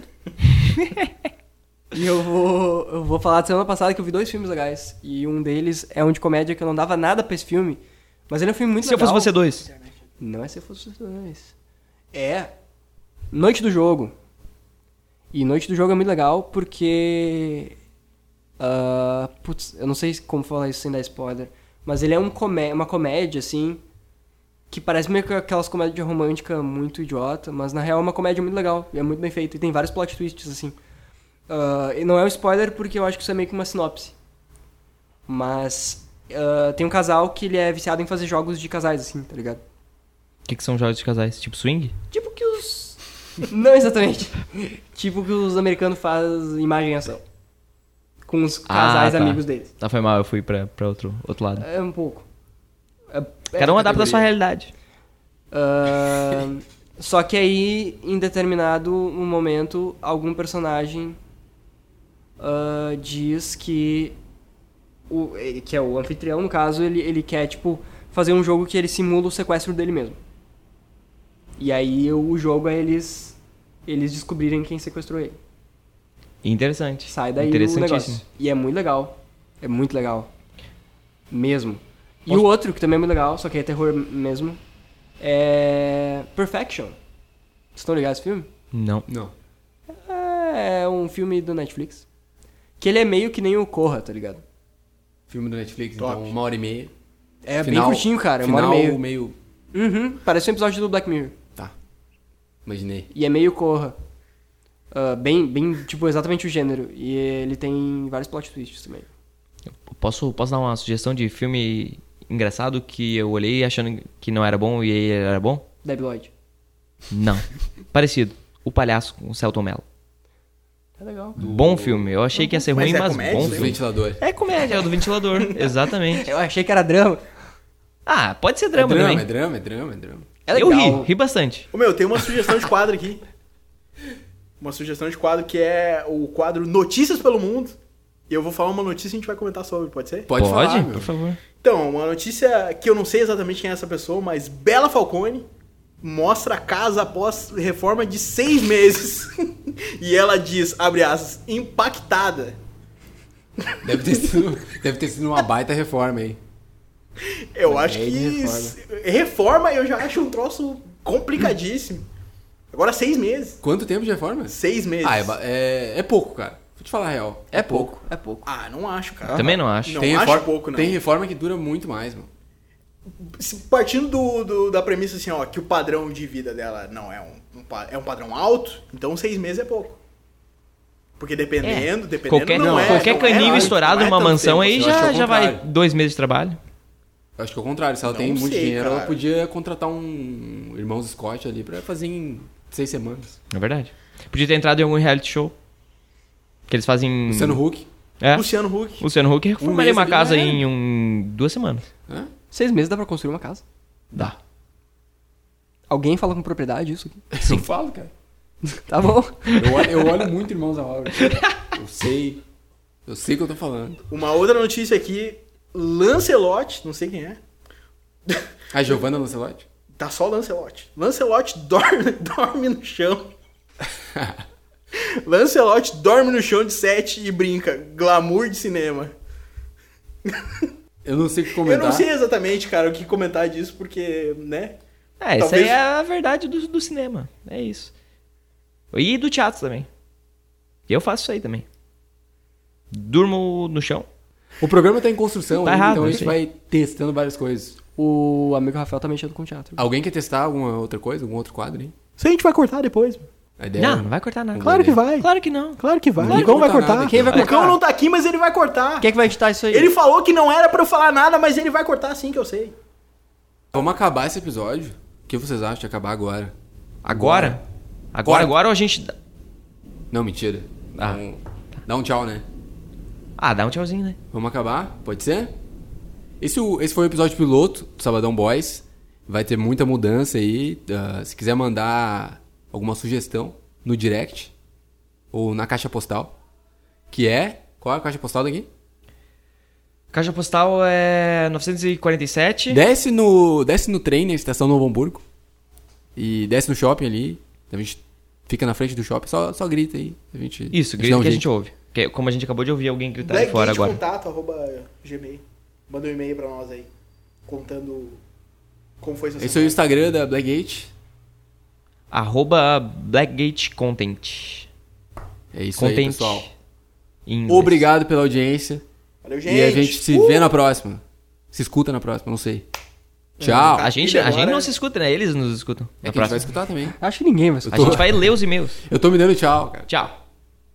E eu vou, eu vou falar da semana passada que eu vi dois filmes legais. E um deles é um de comédia que eu não dava nada pra esse filme. Mas ele é um filme muito Se eu legal. fosse você dois. Não é Se Eu Fosse Você Dois. É Noite do Jogo. E Noite do Jogo é muito legal porque... ah, putz, eu não sei como falar isso sem dar spoiler. Mas ele é um comé uma comédia, assim... Que parece meio que aquelas comédias românticas muito idiota. Mas na real é uma comédia muito legal. E é muito bem feita. E tem vários plot twists, assim. Ah, e não é um spoiler porque eu acho que isso é meio que uma sinopse. Mas... ah, tem um casal que ele é viciado em fazer jogos de casais, assim, tá ligado? O que, que são jogos de casais? Tipo swing? Tipo que os... Não exatamente. Tipo que os americanos fazem imagem e ação. Com os casais Ah, tá. amigos deles. Tá, foi mal, eu fui pra, pra outro, outro lado. É um pouco. É, é Cada um essa adapta a sua categoria. realidade. Ahn, só que aí, em determinado um momento, algum personagem ah, diz que... O, ele- que é o anfitrião, no caso, ele, ele quer, tipo, fazer um jogo que ele simula o sequestro dele mesmo. E aí o jogo é eles, eles descobrirem quem sequestrou ele. Interessante. Sai daí o Interessantíssimo. negócio. E é muito legal. É muito legal. Mesmo. E Posso- o outro, que também é muito legal, só que é terror mesmo, é Perfection. Vocês estão ligados esse filme? Não. Não. É um filme do Netflix. Que ele é meio que nem o Corra, tá ligado? Filme do Netflix, Top. então uma hora e meia. É Final- bem curtinho, cara. Uma hora final e meia. meio... Uhum, parece um episódio do Black Mirror. Tá. Imaginei. E é meio Corra. Ah, bem, bem, tipo, exatamente o gênero. E ele tem vários plot twists também. Posso, posso dar uma sugestão de filme engraçado que eu olhei achando que não era bom e aí era bom? Debi Lloyd. Não. Parecido. O Palhaço com o Celton Mello. É legal. Bom filme. Eu achei que ia ser Mas ruim, é mas comédia, bom isso Os aí? filme. ventiladores. É comédia, é o do ventilador. Exatamente. Eu achei que era drama. Ah, pode ser drama, é drama, também. é drama, é drama, é drama. É Eu legal. ri, ri bastante. Ô meu, tem uma sugestão de quadro aqui. Uma sugestão de quadro que é o quadro Notícias pelo Mundo. E eu vou falar uma notícia e a gente vai comentar sobre, pode ser? Pode, falar, meu. por favor. Então, uma notícia que eu não sei exatamente quem é essa pessoa, mas Bela Falcone mostra a casa após reforma de seis meses. E ela diz, abre aspas, impactada. Deve ter sido, deve ter sido uma baita reforma aí. Eu Uma acho grande que reforma. s- reforma eu já acho um troço complicadíssimo. Agora seis meses. Quanto tempo de reforma? Seis meses. Ah, é, ba- é, é pouco, cara. Vou te falar a real. É pouco, é pouco. Ah, não acho, cara. Também não acho. Não tem, acho reforma, pouco, não. tem reforma que dura muito mais, mano. Se- Partindo do, do- da premissa assim, ó, que o padrão de vida dela não é um, um pa- é um padrão alto, então seis meses é pouco. Porque dependendo, dependendo, Qualquer, não é. qualquer não caninho é, muito, estourado não é numa tanto mansão tempo. aí Eu acho já, que é o já vai contrário. dois meses de trabalho. Eu acho que é o contrário. Se ela Não tem muito sei, dinheiro, ela cara. podia contratar um Irmãos Scott ali pra fazer em seis semanas. É verdade. Podia ter entrado em algum reality show. Que eles fazem... Luciano Huck. É. Luciano Huck. Luciano Huck reformaria mês uma ali casa já era. em um, duas semanas. Hã? Seis meses dá pra construir uma casa. Dá. Alguém fala com propriedade isso aqui? Eu falo, cara. Tá bom. Eu olho, eu olho muito Irmãos da Obra. Eu sei. Eu sei o que eu tô falando. Uma outra notícia aqui, Lancelot, não sei quem é. A Giovanna Lancelotti? Tá só Lancelot. Lancelot dorme, dorme no chão. Lancelot dorme no chão de set e brinca. Glamour de cinema. Eu não sei o que Eu comentar. não sei exatamente, cara, o que comentar disso, porque, né? É, isso Talvez- aí é a verdade do, do cinema. É isso. E do teatro também. Eu faço isso aí também. Durmo no chão. O programa tá em construção, Tá ainda, errado, então a eu gente sei. vai testando várias coisas. O amigo Rafael tá mexendo com teatro. Alguém quer testar alguma outra coisa? Algum outro quadro aí? Isso a gente vai cortar depois. A ideia Não, não vai cortar nada. Claro que vai. Claro que não. Claro que vai. Não o Igão vai vai cortar cortar. nada. Quem vai O Igão cortar? não tá aqui, mas ele vai cortar. Quem é que vai editar isso aí? Ele falou que não era pra eu falar nada, mas ele vai cortar sim, que eu sei. Vamos acabar esse episódio. O que vocês acham de acabar agora? Agora? Agora, Corta. agora ou a gente... dá- Não, mentira. Dá, Ah. um, dá um tchau, né? Ah, dá um tchauzinho, né? Vamos acabar? Pode ser? Esse, o- esse foi o episódio piloto do Sabadão Boys. Vai ter muita mudança aí. Ah, se quiser mandar alguma sugestão no direct ou na caixa postal, que é... Qual é a caixa postal daqui? Caixa postal é novecentos e quarenta e sete. Desce no, desce no trem, na estação Novo Hamburgo. E desce no shopping ali. A gente fica na frente do shopping, só, só grita aí. A gente, Isso, a gente grita dá um que a jeito. gente ouve. Que, como a gente acabou de ouvir alguém gritar aí fora agora. Blackgatecontato, arroba gmail. Manda um e-mail pra nós aí, contando como foi essa Esse é o semana. Instagram da Blackgate. Arroba Blackgate Content. É isso aí, Content. pessoal. Em inglês. Obrigado pela audiência. Valeu, gente. E a gente se Uh! vê na próxima. Se escuta na próxima, não sei. Tchau. A gente, a Agora- gente não se escuta, né? Eles nos escutam. É Na que a gente vai próxima. escutar também. Acho que ninguém vai A gente vai ler os e-mails. Eu tô me dando tchau, cara. Tchau.